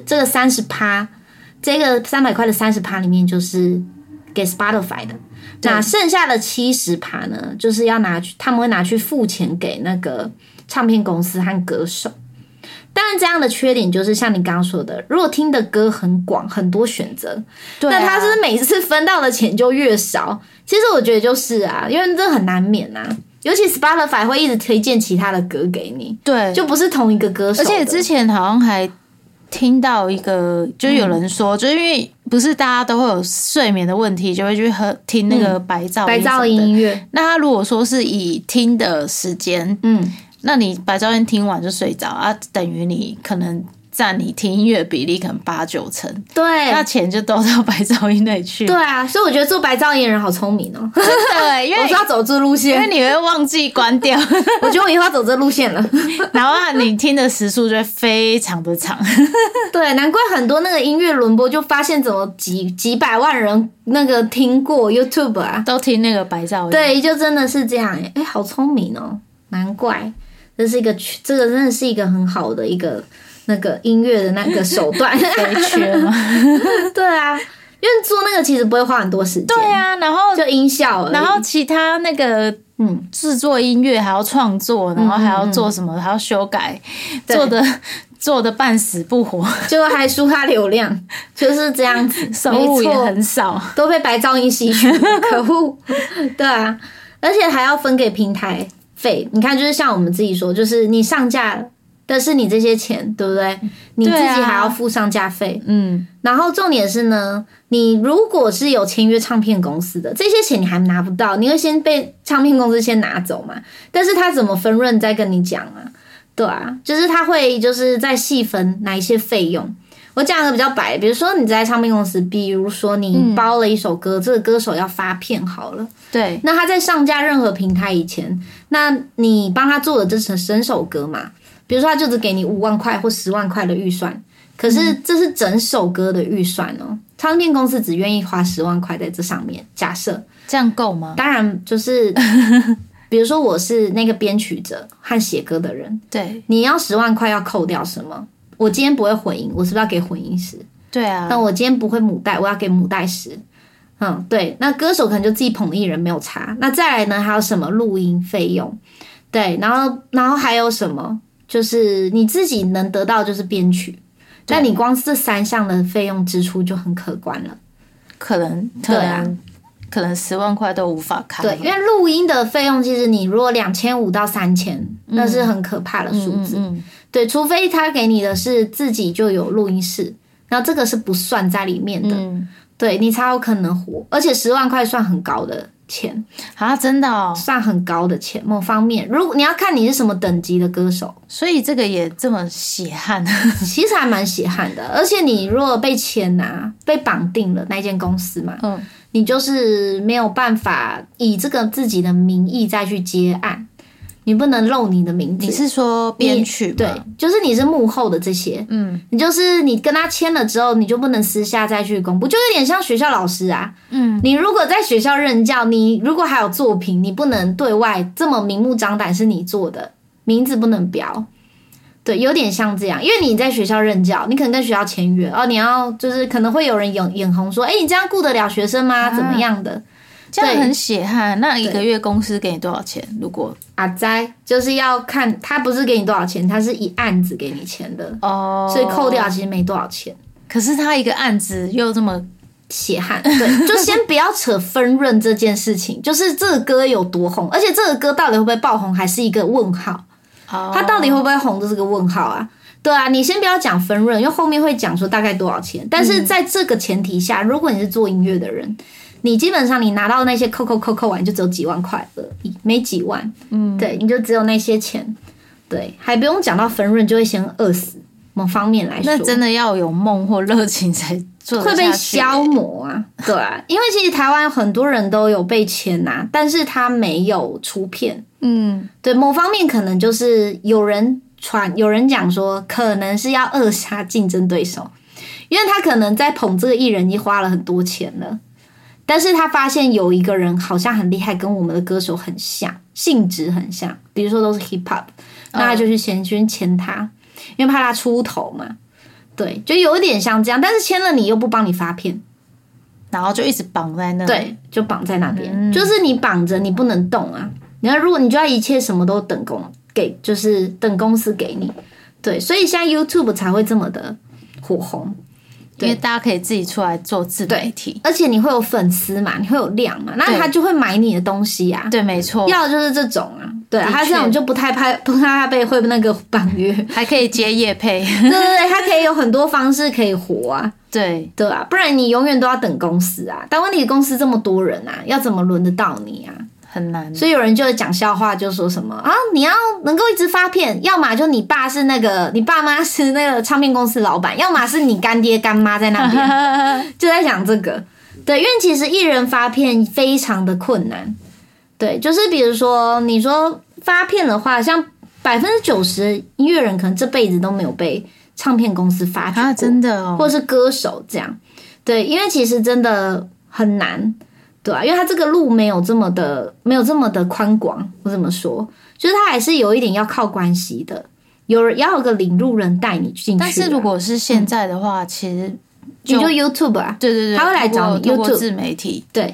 30%，这个300块的30%里面就是给 Spotify 的，那剩下的70%呢，就是要他们会拿去付钱给那个唱片公司和歌手。当然这样的缺点就是像你刚刚说的，如果听的歌很广很多选择，那他是每次分到的钱就越少。其实我觉得就是啊，因为这很难免啊，尤其 Spotify 会一直推荐其他的歌给你，对，就不是同一个歌手的。 而且之前好像还听到一个，就有人说，就因为不是大家都会有睡眠的问题，就会去听那个白噪音音乐。 那他如果说是以听的时间，那你白噪音听完就睡着啊，等于你可能占你听音乐比例可能8-9成， 对， 那钱就都到白噪音那里去。 对啊，所以我觉得做白噪音的人好聪明哦， 真的，因为我是要走这路线， 因为你会忘记关掉。 我觉得我以后要走这路线了， 然后你听的时数就会非常的长。 对，难怪很多那个音乐轮播就发现怎么几百万人那个听过 YouTube 啊， 都听那个白噪音。 对，就真的是这样哎，好聪明哦，难怪。这个真的是一个很好的一个那个音乐的那个手段， 非缺吗？ 对啊，因为做那个其实不会花很多时间， 对啊，然后就音效而已。 然后其他那个制作音乐还要创作，然后还要做什么，还要修改，做的半死不活， 结果还输他流量，就是这样子， 收入也很少， 都被白噪音吸取，可恶。对啊，而且还要分给平台费。你看，就是像我们自己说，就是你上架的是你这些钱，对不对？你自己还要付上架费。然后重点是呢，你如果是有签约唱片公司的，这些钱你还拿不到，你会先被唱片公司先拿走嘛？但是他怎么分润再跟你讲啊？对啊，就是他会就是再细分哪一些费用。我讲的比较白，比如说你在唱片公司，比如说你包了一首歌，这个歌手要发片好了， 对， 那他在上架任何平台以前，那你帮他做的这整首歌嘛，比如说他就只给你5万块或10万块的预算，可是这是整首歌的预算哦，唱片公司只愿意花10万块在这上面，假设这样够吗？ 当然就是比如说我是那个编曲者和写歌的人， 对， 你要10万块要扣掉什么？我今天不会混音，我是不是要给混音师？ 对啊。 那我今天不会母带，我要给母带师。对。那歌手可能就自己捧艺人没有差。那再来呢，还有什么录音费用？对，然后还有什么？就是你自己能得到就是编曲，但你光这3项的费用支出就很可观了。 可能10万块都无法看。 对，因为录音的费用，其实你如果2500到3000，那是很可怕的数字。对，除非他给你的是自己就有录音室，然后这个是不算在里面的，对你才有可能活。而且10万块算很高的钱啊，真的哦， 算很高的钱。某方面，如果你要看你是什么等级的歌手， 所以这个也这么血汗， 其实还蛮血汗的。而且你如果被签被绑定了那间公司嘛，你就是没有办法以这个自己的名义再去接案。你不能露你的名字。 你是说编曲吗？ 对，就是你是幕后的这些，你就是你跟他签了之后，你就不能私下再去公布，就有点像学校老师啊，你如果在学校任教，你如果还有作品，你不能对外这么明目张胆是你做的，名字不能标，对，有点像这样，因为你在学校任教，你可能跟学校签约你要就是可能会有人眼红说，你这样顾得了学生吗？怎么样的？ 这样很血汗。那一个月公司给你多少钱？如果就是要看他不是给你多少钱，他是一案子给你钱的所以扣掉其实没多少钱。 可是他一个案子又这么血汗，对，就先不要扯分润这件事情，就是这个歌有多红，而且这个歌到底会不会爆红还是一个问号。他到底会不会红，这是个问号啊。对啊，你先不要讲分润，因为后面会讲说大概多少钱。但是在这个前提下，如果你是做音乐的人，你基本上你拿到那些扣完就只有几万块而已，没几万。对，你就只有那些钱。对，还不用讲到分润，就会先饿死。某方面来说， 那真的要有梦或热情才做得下去， 会被消磨啊。对啊，因为其实台湾很多人都有被签但是他没有出片。对，某方面可能就是有人讲说，可能是要扼杀竞争对手，因为他可能在捧这个艺人已经花了很多钱了，但是他发现有一个人好像很厉害，跟我们的歌手很像，性质很像，比如说都是 hip hop， 那他就去先签他，因为怕他出头嘛。对，就有一点像这样，但是签了你又不帮你发片， 然后就一直绑在那里。 对，就绑在那边，就是你绑着你不能动啊。然后如果你就要一切什么都就是等公司给你。对，所以现在 YouTube 才会这么的火红， 因为大家可以自己出来做自媒体， 而且你会有粉丝嘛，你会有量嘛，那他就会买你的东西啊。 对，没错， 要的就是这种啊。对，他这种就不太怕被会那个绑约， 还可以接业配。 对，他可以有很多方式可以活啊。 对啊，不然你永远都要等公司啊。但问题公司这么多人啊，要怎么轮得到你啊？ 很难。 所以有人就会讲笑话，就说什么你要能够一直发片，要么就你爸是你爸妈是那个唱片公司老板，要么是你干爹干妈在那边，就在讲这个。对，因为其实艺人发片非常的困难。对，就是比如说你说发片的话，像90%音乐人可能这辈子都没有被唱片公司发掘过， 真的哦， 或是歌手这样。对，因为其实真的很难。对啊，因为他这个路没有这么的宽广，我怎么说？就是他还是有一点要靠关系的，要有个领路人带你进去。 但是如果是现在的话，其实你就 YouTube 啊， 对， 他会来找你 YouTube 自媒体， 对，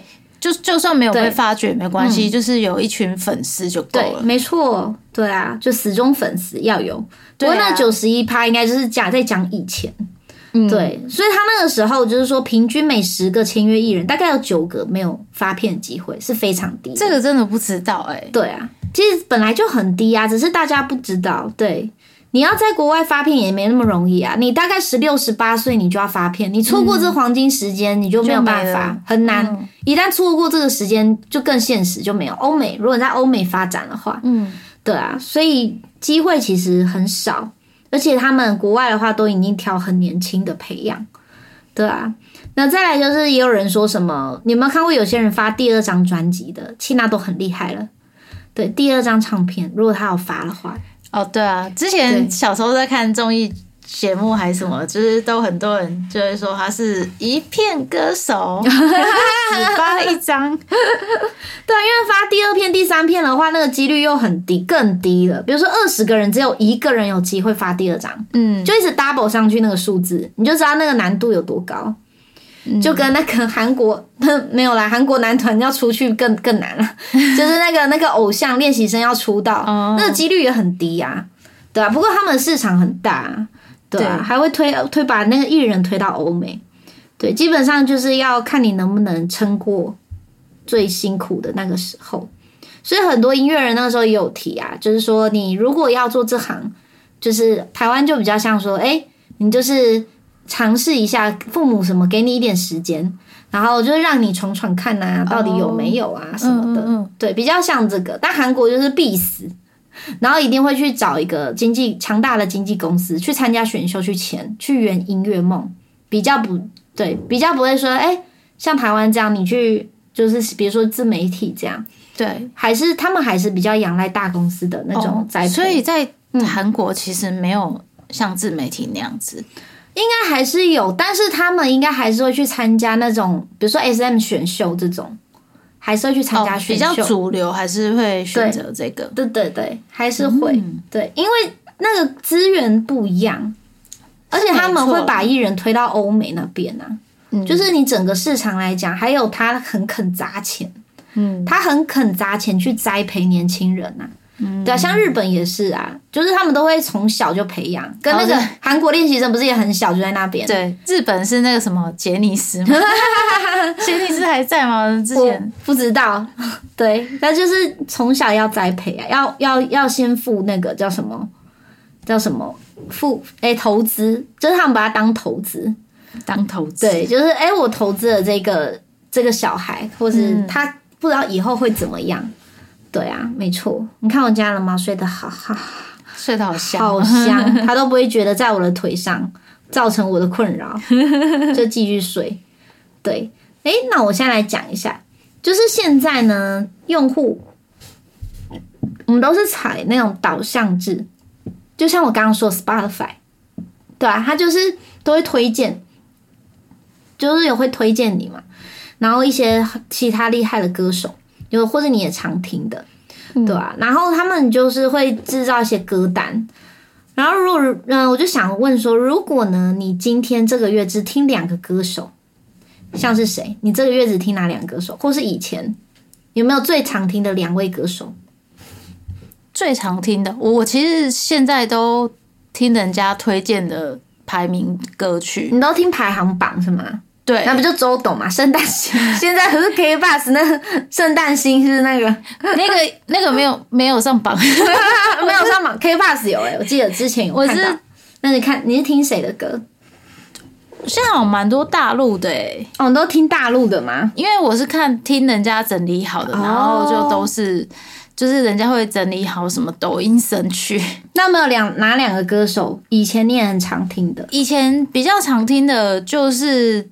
就算没有被发掘也没关系，就是有一群粉丝就够了。 对，没错，对啊，就死忠粉丝要有。不过那91%应该就是在讲以前。对，所以他那个时候就是说，平均每10个签约艺人，大概有9个没有发片的机会，是非常低的。 这个真的不知道对啊，其实本来就很低啊，只是大家不知道。对，你要在国外发片也没那么容易啊。你大概16、18岁你就要发片，你错过这黄金时间，你就没有办法，很难。一旦错过这个时间，就更现实，就没有。欧美，如果你在欧美发展的话，对啊，所以机会其实很少。而且他们国外的话都已经挑很年轻的培养，对啊。那再来就是也有人说什么，你有没有看过有些人发第2张专辑的？其实那都很厉害了。对，第2张唱片，如果他有发的话， 对啊，之前小时候在看综艺节目还是什么，就是都很多人就会说他是一片歌手，只发了1张。 对啊，因为发第2片、第3片的话，那个几率又很低，更低了。比如说20个人，只有1个人有机会发第2张，就一直 double 上去那个数字，你就知道那个难度有多高。就跟那个韩国没有啦，韩国男团要出去更难了，就是那个偶像练习生要出道，那个几率也很低啊，对啊。不过他们的市场很大，对啊，还会推把那个艺人推到欧美，对，基本上就是要看你能不能撑过最辛苦的那个时候。所以很多音乐人那个时候也有提啊，就是说你如果要做这行，就是台湾就比较像说，你就是尝试一下，父母什么给你一点时间，然后就是让你闯闯看啊，到底有没有啊什么的，对，比较像这个。但韩国就是必死，然后一定会去找一个强大的经纪公司去参加选秀，去圆音乐梦，比较不会说，像台湾这样你去就是比如说自媒体这样，对，他们还是比较仰赖大公司的那种栽培。 所以在韩国其实没有像自媒体那样子。 应该还是有，但是他们应该还是会去参加那种，比如说 SM 选秀这种，还是会去参加选秀。 比较主流还是会选择这个。 对，还是会。对，因为那个资源不一样，而且他们会把艺人推到欧美那边啊。就是你整个市场来讲，还有他很肯砸钱，他很肯砸钱去栽培年轻人啊。对啊，像日本也是啊，就是他们都会从小就培养，跟那个韩国练习生不是也很小就在那边？ 对，日本是那个什么杰尼斯吗？杰尼斯还在吗？之前不知道。对，但就是从小要栽培啊，要先付那个叫什么付投资，就是他们把它当投资。对，就是我投资了这个小孩，或是他不知道以后会怎么样。对啊，没错。你看我家了吗？睡得好， 睡得好香， 好香，他都不会觉得在我的腿上造成我的困扰，就继续睡。对，那我现在来讲一下，就是现在呢，用户我们都是采那种导向制，就像我刚刚说 Spotify， 对啊，他就是都会推荐，就是有会推荐你嘛，然后一些其他厉害的歌手。或者你也常听的，对吧？然后他们就是会制造一些歌单，然后我就想问说，如果呢，你今天这个月只听2个歌手，像是谁？你这个月只听哪2个歌手？或是以前有没有最常听的2位歌手？ 最常听的，我其实现在都听人家推荐的排名歌曲， 你都听排行榜是吗？ 对， 那不就周董嘛？圣诞星，现在可是 K-Bus 那个圣诞星是那个没有上榜， 没有上榜。K-Bus 有我记得之前有看到。那你是听谁的歌？ 现在有蛮多大陆的你都听大陆的吗？ 因为我是听人家整理好的，然后就都是就是人家会整理好什么抖音神曲。 那有没有哪2个歌手以前你也很常听的？ 以前比较常听的就是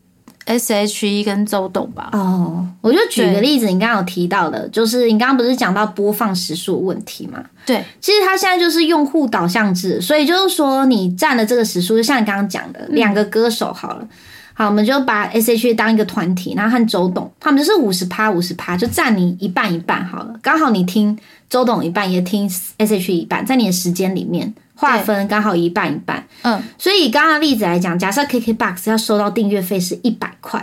S.H.E 跟周董吧。 我就举个例子，你刚刚有提到的，就是你刚刚不是讲到播放时数的问题吗？ 对， 其实它现在就是用户导向制，所以就是说你占了这个时数，就像你刚刚讲的2个歌手好了，好，我们就把 S.H.E 当一个团体，然后和周董他们就是50%，就占你一半一半好了，刚好你听周董一半，也听 S.H.E 一半，在你的时间里面划分刚好一半一半。所以以刚刚的例子来讲，假设 KKBOX 要收到订阅费是100块，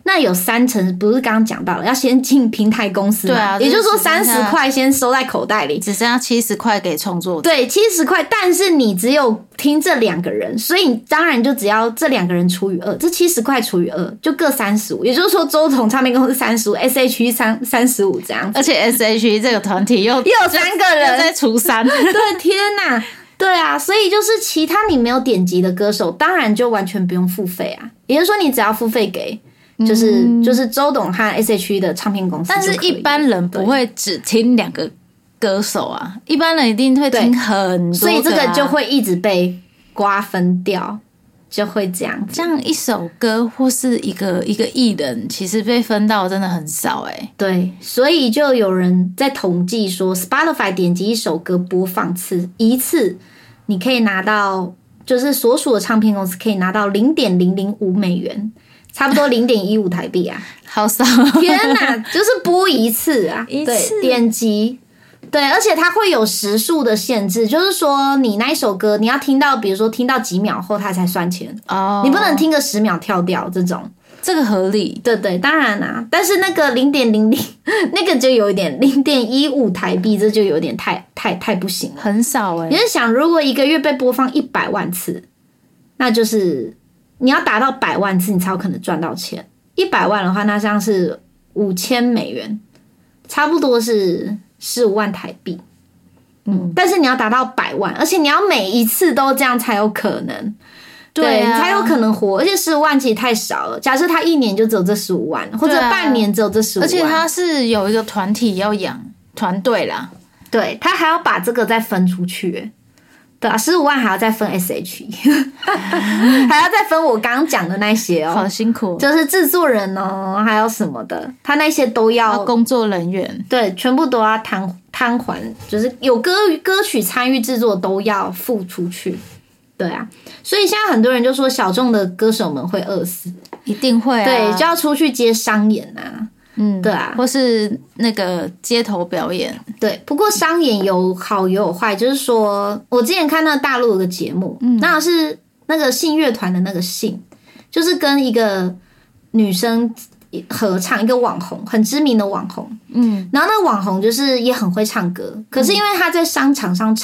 那有30%不是刚刚讲到了，要先进平台公司嘛？ 对啊， 也就是说30块先收在口袋里， 只剩下70块给创作者。 对，70块，但是你只有听这2个人，所以你当然就只要这2个人除以2，这70块除以2就各35，也就是说周董唱片公司35，SHE 35这样子， 而且 SHE 这个团体又有3个人， 又在除3， 对，天哪！对啊，所以就是其他你没有点击的歌手，当然就完全不用付费啊。也就是说，你只要付费给就是周董和 SHE 的唱片公司， 但是一般人不会只听2个歌手啊，一般人一定会听很多个啊， 所以这个就会一直被瓜分掉，就会这样子。 这样一首歌或是一个艺人，其实被分到真的很少欸。 对，所以就有人在统计说 ，Spotify 点击一首歌播放一次，你可以拿到，就是所属的唱片公司可以拿到$0.005美元，差不多0.15台币啊， 好少！ 天哪，就是播一次啊， 一次对，点击。对，而且它会有时数的限制，就是说你那一首歌你要听到，比如说听到几秒后它才算钱哦， 你不能听个10秒跳掉这种。 这个合理。 对对，当然啦，但是那个0.00那个就有一点0.15台币，这就有点太不行了， 很少欸。 你是想，如果一个月被播放100万次，那就是你要达到100万次，你才有可能赚到钱。100万的话，那像是5000美元，差不多是15万台币。但是你要达到100万，而且你要每一次都这样才有可能。对啊，你才有可能活，而且15万其实太少了。假设他1年就只有这15万，或者半年只有这15万， 而且他是有一个团体要养团队啦， 对他还要把这个再分出去，对啊，15万还要再分 SHE， 还要再分我刚刚讲的那些哦， 好辛苦， 就是制作人哦，还有什么的，他那些都要工作人员， 对，全部都要摊还，就是有歌曲参与制作都要付出去。对啊，所以现在很多人就说小众的歌手们会饿死， 一定会啊， 对，就要出去接商演啊，对啊， 或是那个街头表演， 对。不过商演有好也有坏，就是说我之前看到大陆有个节目，那是那个信乐团的那个信，就是跟一个女生合唱，一个网红，很知名的网红，然后那个网红就是也很会唱歌，可是因为他在商场上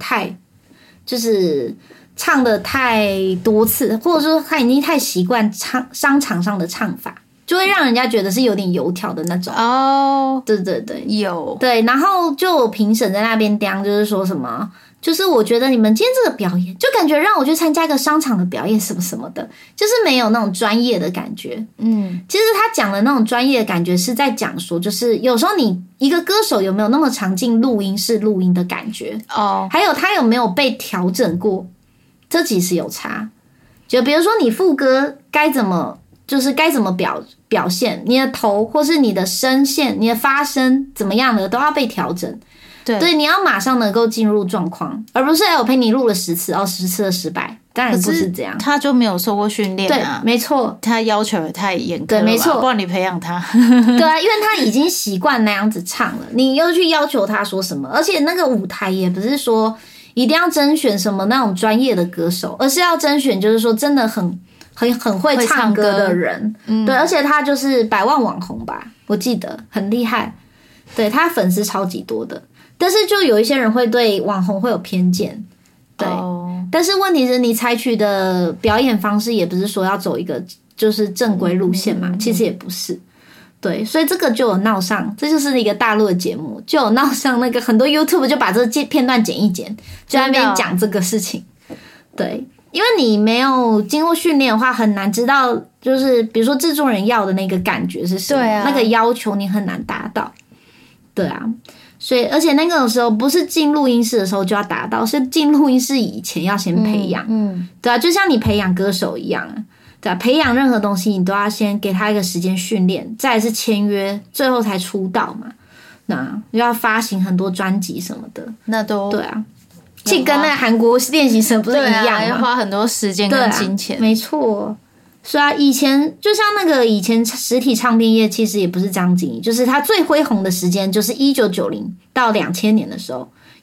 唱的太多次，或者说他已经太习惯商场上的唱法，就会让人家觉得是有点油条的那种。 哦， 对对对， 有对，然后就有评审在那边刁，就是说什么，就是我觉得你们今天这个表演，就感觉让我去参加一个商场的表演什么什么的，就是没有那种专业的感觉。其实他讲的那种专业的感觉是在讲说，就是有时候你一个歌手有没有那么常进录音室录音的感觉，还有他有没有被调整过。这其实有差，就比如说你副歌该怎么表现，你的头或是你的声线、你的发声怎么样的都要被调整。对，你要马上能够进入状况，而不是我陪你录了10次，10次的失败，当然不是这样。 他就没有受过训练啊， 对，没错， 他要求也太严格了吧， 对，没错， 不然你培养他， 对啊，因为他已经习惯那样子唱了，你又去要求他说什么，而且那个舞台也不是说。一定要甄选什么那种专业的歌手，而是要甄选就是说真的很会唱歌的人，对，而且他就是100万网红吧，我记得很厉害，对，他粉丝超级多的，但是就有一些人会对网红会有偏见，对，但是问题是你采取的表演方式也不是说要走一个就是正规路线嘛，其实也不是。对，所以这个就有闹上，这就是一个大陆的节目，就有闹上那个很多 YouTube 就把这个片段剪一剪，就在那边讲这个事情。对，因为你没有经过训练的话，很难知道，就是比如说制作人要的那个感觉是什么，那个要求你很难达到。对啊，所以而且那个时候不是进录音室的时候就要达到，是进录音室以前要先培养。对啊，就像你培养歌手一样啊。对啊，培养任何东西你都要先给他一个时间训练，再来是签约，最后才出道嘛。那要发行很多专辑什么的，那都对啊，其实跟那个韩国练习生不是一样吗？ 要花很多时间跟金钱。 没错，是啊，以前就像那个以前实体唱片业其实也不是这样经营，就是它最恢宏的时间就是1990到2000年的时候，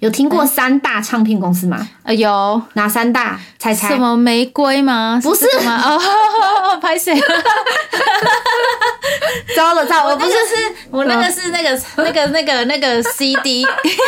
有听过3大唱片公司吗？ 有哪3大？猜猜。 什么玫瑰吗？ 不是吗？哦，拍谁？ 糟了，我不是， 我那个是那个 CD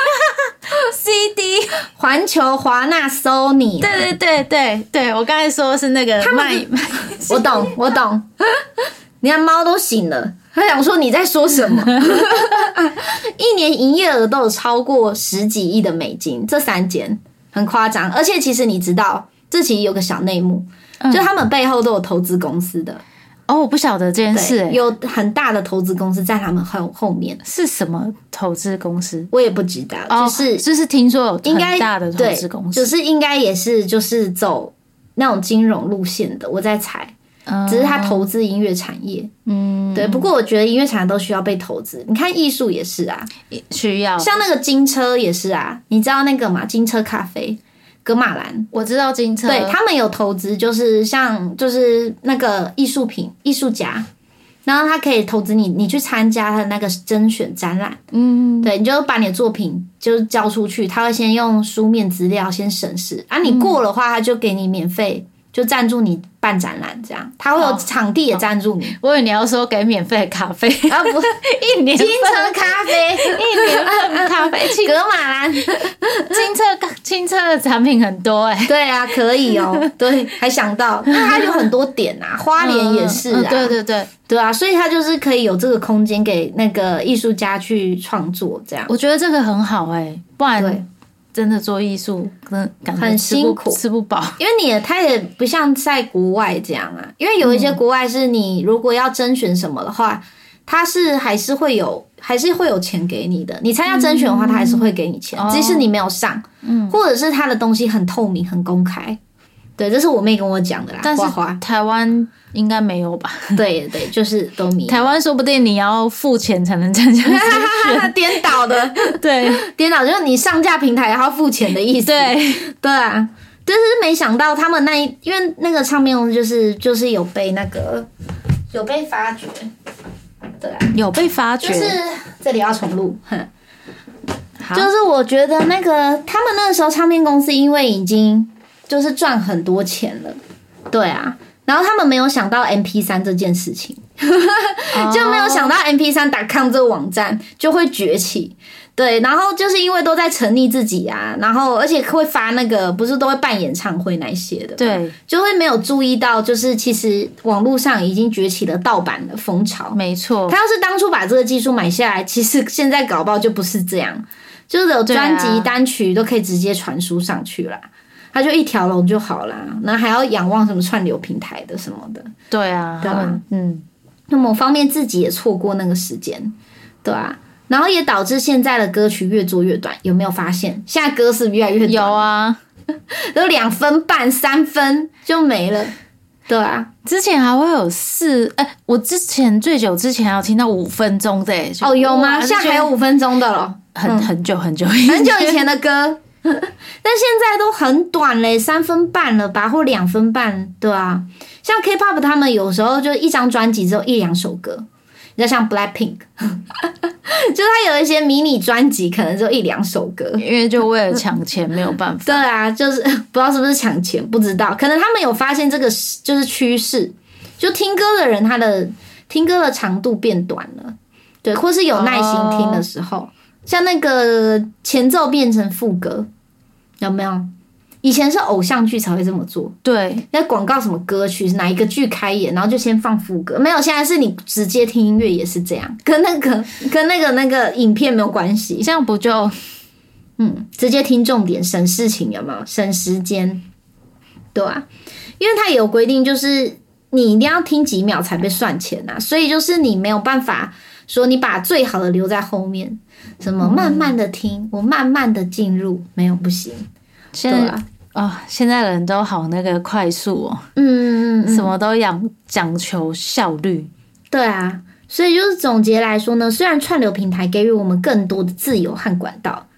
环球、华纳、Sony。 对，我刚才说的是那个卖， 我懂。你看猫都醒了，他想说你在说什么？一年营业额都有超过10几亿的美金，这3间很夸张。而且其实你知道，这其实有个小内幕，就他们背后都有投资公司的。 哦，我不晓得这件事， 有很大的投资公司在他们后面。 是什么投资公司？ 我也不知道， 就是听说有很大的投资公司， 就是应该也是就是走那种金融路线的，我在猜。只是他投资音乐产业，对。不过我觉得音乐产业都需要被投资。你看艺术也是啊， 需要。 像那个金车也是啊，你知道那个吗？金车咖啡。格马兰， 我知道金车， 对他们有投资，就是就是那个艺术品艺术家，然后他可以投资你去参加他的那个甄选展览，对，你就把你的作品就交出去，他会先用书面资料先审视啊，你过的话，他就给你免费。就赞助你办展览，这样他会有场地也赞助你。 我以为你要说给免费的咖啡啊，不， 一年金车咖啡， 1年份咖啡， 格马兰， 金车的产品很多对啊，可以哦，对，还想到，那它有很多点啊，花莲也是啊，对啊，所以它就是可以有这个空间给那个艺术家去创作，这样。 我觉得这个很好不然。真的做艺术，感觉很辛苦， 吃不饱。 因为他也不像在国外这样啊。因为有一些国外是你如果要甄选什么的话，他是还是会有钱给你的。你参加甄选的话，他还是会给你钱，即使你没有上，或者是他的东西很透明、很公开。对，这是我妹跟我讲的啦。 但是台湾应该没有吧？ 对，就是都没有。 台湾说不定你要付钱才能参加甄选， 颠倒的， 对， 颠倒就是你上架平台还要付钱的意思。对啊，但是没想到他们因为那个唱片公司就是有被发掘，对啊， 有被发掘， 就是这里要重录，就是我觉得那个他们那个时候唱片公司因为已经。就是赚很多钱了，对啊，然后他们没有想到 MP3 这件事情，就没有想到 MP3.com 这个网站就会崛起，对，然后就是因为都在沉溺自己啊，然后而且会发那个不是都会办演唱会那些的， 对， 就会没有注意到，就是其实网络上已经崛起了盗版的风潮， 没错。 他要是当初把这个技术买下来，其实现在搞不好就不是这样，就是有专辑单曲都可以直接传输上去啦。它就一条龙就好啦，然后还要仰望什么串流平台的什么的。 对啊， 那某方面自己也错过那个时间，对啊，然后也导致现在的歌曲越做越短。有没有发现？现在歌是越来越短。 有啊， 都2分半、3分就没了。对啊， 之前还会有我最久之前还有听到5分钟的有吗？现在还有5分钟的了， 很久以前的歌。但现在都很短嘞，3分半了吧，或2分半，对啊。像 K-pop 他们有时候就一张专辑只有1-2首歌，比较像 Blackpink， 就他有一些迷你专辑可能只有1-2首歌， 因为就为了抢钱没有办法。 对啊，就是不知道是不是抢钱，不知道，可能他们有发现这个就是趋势，就听歌的人他的听歌的长度变短了，对，或是有耐心听的时候。像那个前奏变成副歌，有没有？以前是偶像剧才会这么做， 对， 那广告什么歌曲哪一个剧开演，然后就先放副歌，没有，现在是你直接听音乐也是这样，跟那个影片没有关系， 这样不就直接听重点，省事情，有没有？省时间，对啊，因为它也有规定，就是你一定要听几秒才被算钱啊，所以就是你没有办法说你把最好的留在后面。什么慢慢的听，我慢慢的进入，没有不行。 现在人都好那个快速哦，什么都讲求效率。 对啊，所以就是总结来说呢，虽然串流平台给予我们更多的自由和管道，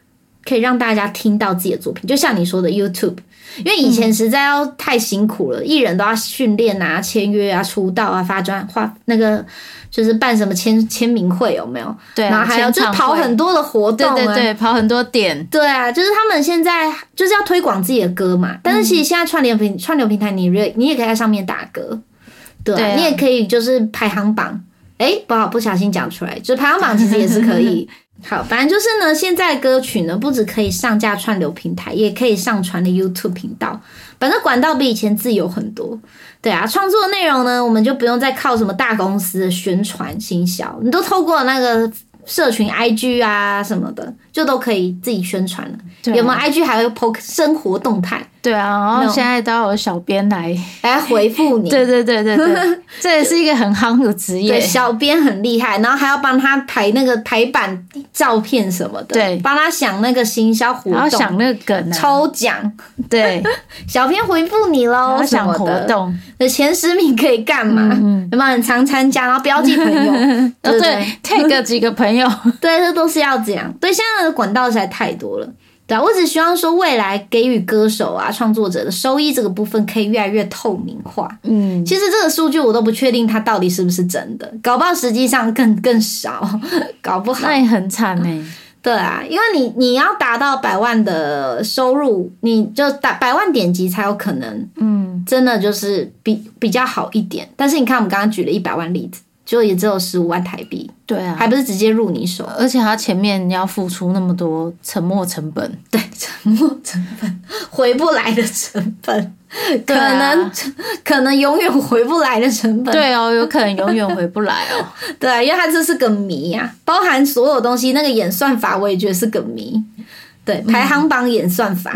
可以让大家听到自己的作品，就像你说的 YouTube。因为以前实在要太辛苦了，艺人都要训练啊、签约啊、出道啊、发那个就是办什么签名会有没有？ 对， 然后还有就是跑很多的活动啊， 对，跑很多点。 对啊，就是他们现在就是要推广自己的歌嘛。但是其实现在串流平台你也可以在上面打歌，对啊，你也可以就是排行榜。不小心讲出来，就是排行榜其实也是可以。好，反正就是呢，现在歌曲呢不只可以上架串流平台，也可以上传的 YouTube 频道，反正管道比以前自由很多。对啊，创作的内容呢，我们就不用再靠什么大公司的宣传行销，你都透过那个社群 IG 啊什么的，就都可以自己宣传了。有没有 IG 还会 po 生活动态？ 对啊，然后现在都有小编来回复你。 对，这也是一个很夯的职业。 对，小编很厉害，然后还要帮他排那个排版照片什么的， 对， 帮他想那个行销活动， 然后想那个梗啊， 抽奖， 对， 小编回复你咯， 想活动， 前10名可以干嘛？有没有很常参加，然后标记朋友， 对 ，tag 几个朋友， 对，这都是要这样。对，现在的管道实在太多了。对啊，我只希望说未来给予歌手啊、创作者的收益这个部分可以越来越透明化。其实这个数据我都不确定它到底是不是真的，搞不好实际上更少，搞不好那也很惨欸。 对啊，因为你要达到100万的收入，你就打100万点击才有可能，真的就是比较好一点。但是你看我们刚刚举了100万例子，就也只有15万台币。 对啊， 还不是直接入你手， 而且他前面要付出那么多沉没成本。 对，沉没成本，回不来的成本，可能永远回不来的成本。 对哦，有可能永远回不来哦。 对啊，因为它这是个谜啊，包含所有东西，那个演算法我也觉得是个谜。对，排行榜演算法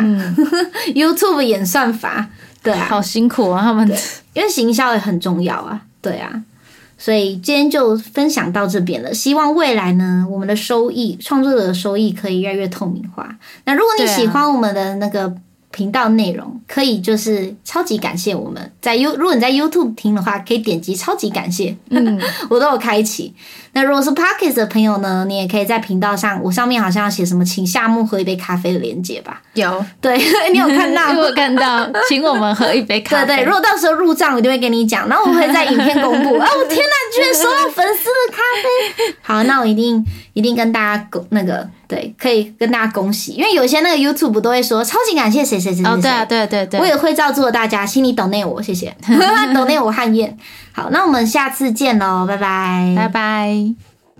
，YouTube 演算法，对啊， 好辛苦啊，他们。 因为行销也很重要啊，对啊。所以今天就分享到这边了，希望未来呢，我们的收益，创作者的收益可以越来越透明化。那如果你喜欢我们的那个频道内容，可以就是超级感谢我们如果你在 YouTube 听的话，可以点击超级感谢，我都有开启。那如果是 Podcast 的朋友呢，你也可以在频道上，我上面好像要写什么请夏木喝一杯咖啡的连结吧。 有， 对，你有看到？ 我有看到，请我们喝一杯咖啡。 对，如果到时候入账，我就会跟你讲，然后我会在影片公布。我天哪，居然收到粉丝的咖啡！好，那我一定跟大家对，可以跟大家恭喜，因为有些那个 YouTube 都会说超级感谢谁谁谁谁。 哦，对啊，对， 我也会照做大家，请你抖内我，谢谢，抖内我汉燕。好，那我们下次见喽，拜拜， 拜拜。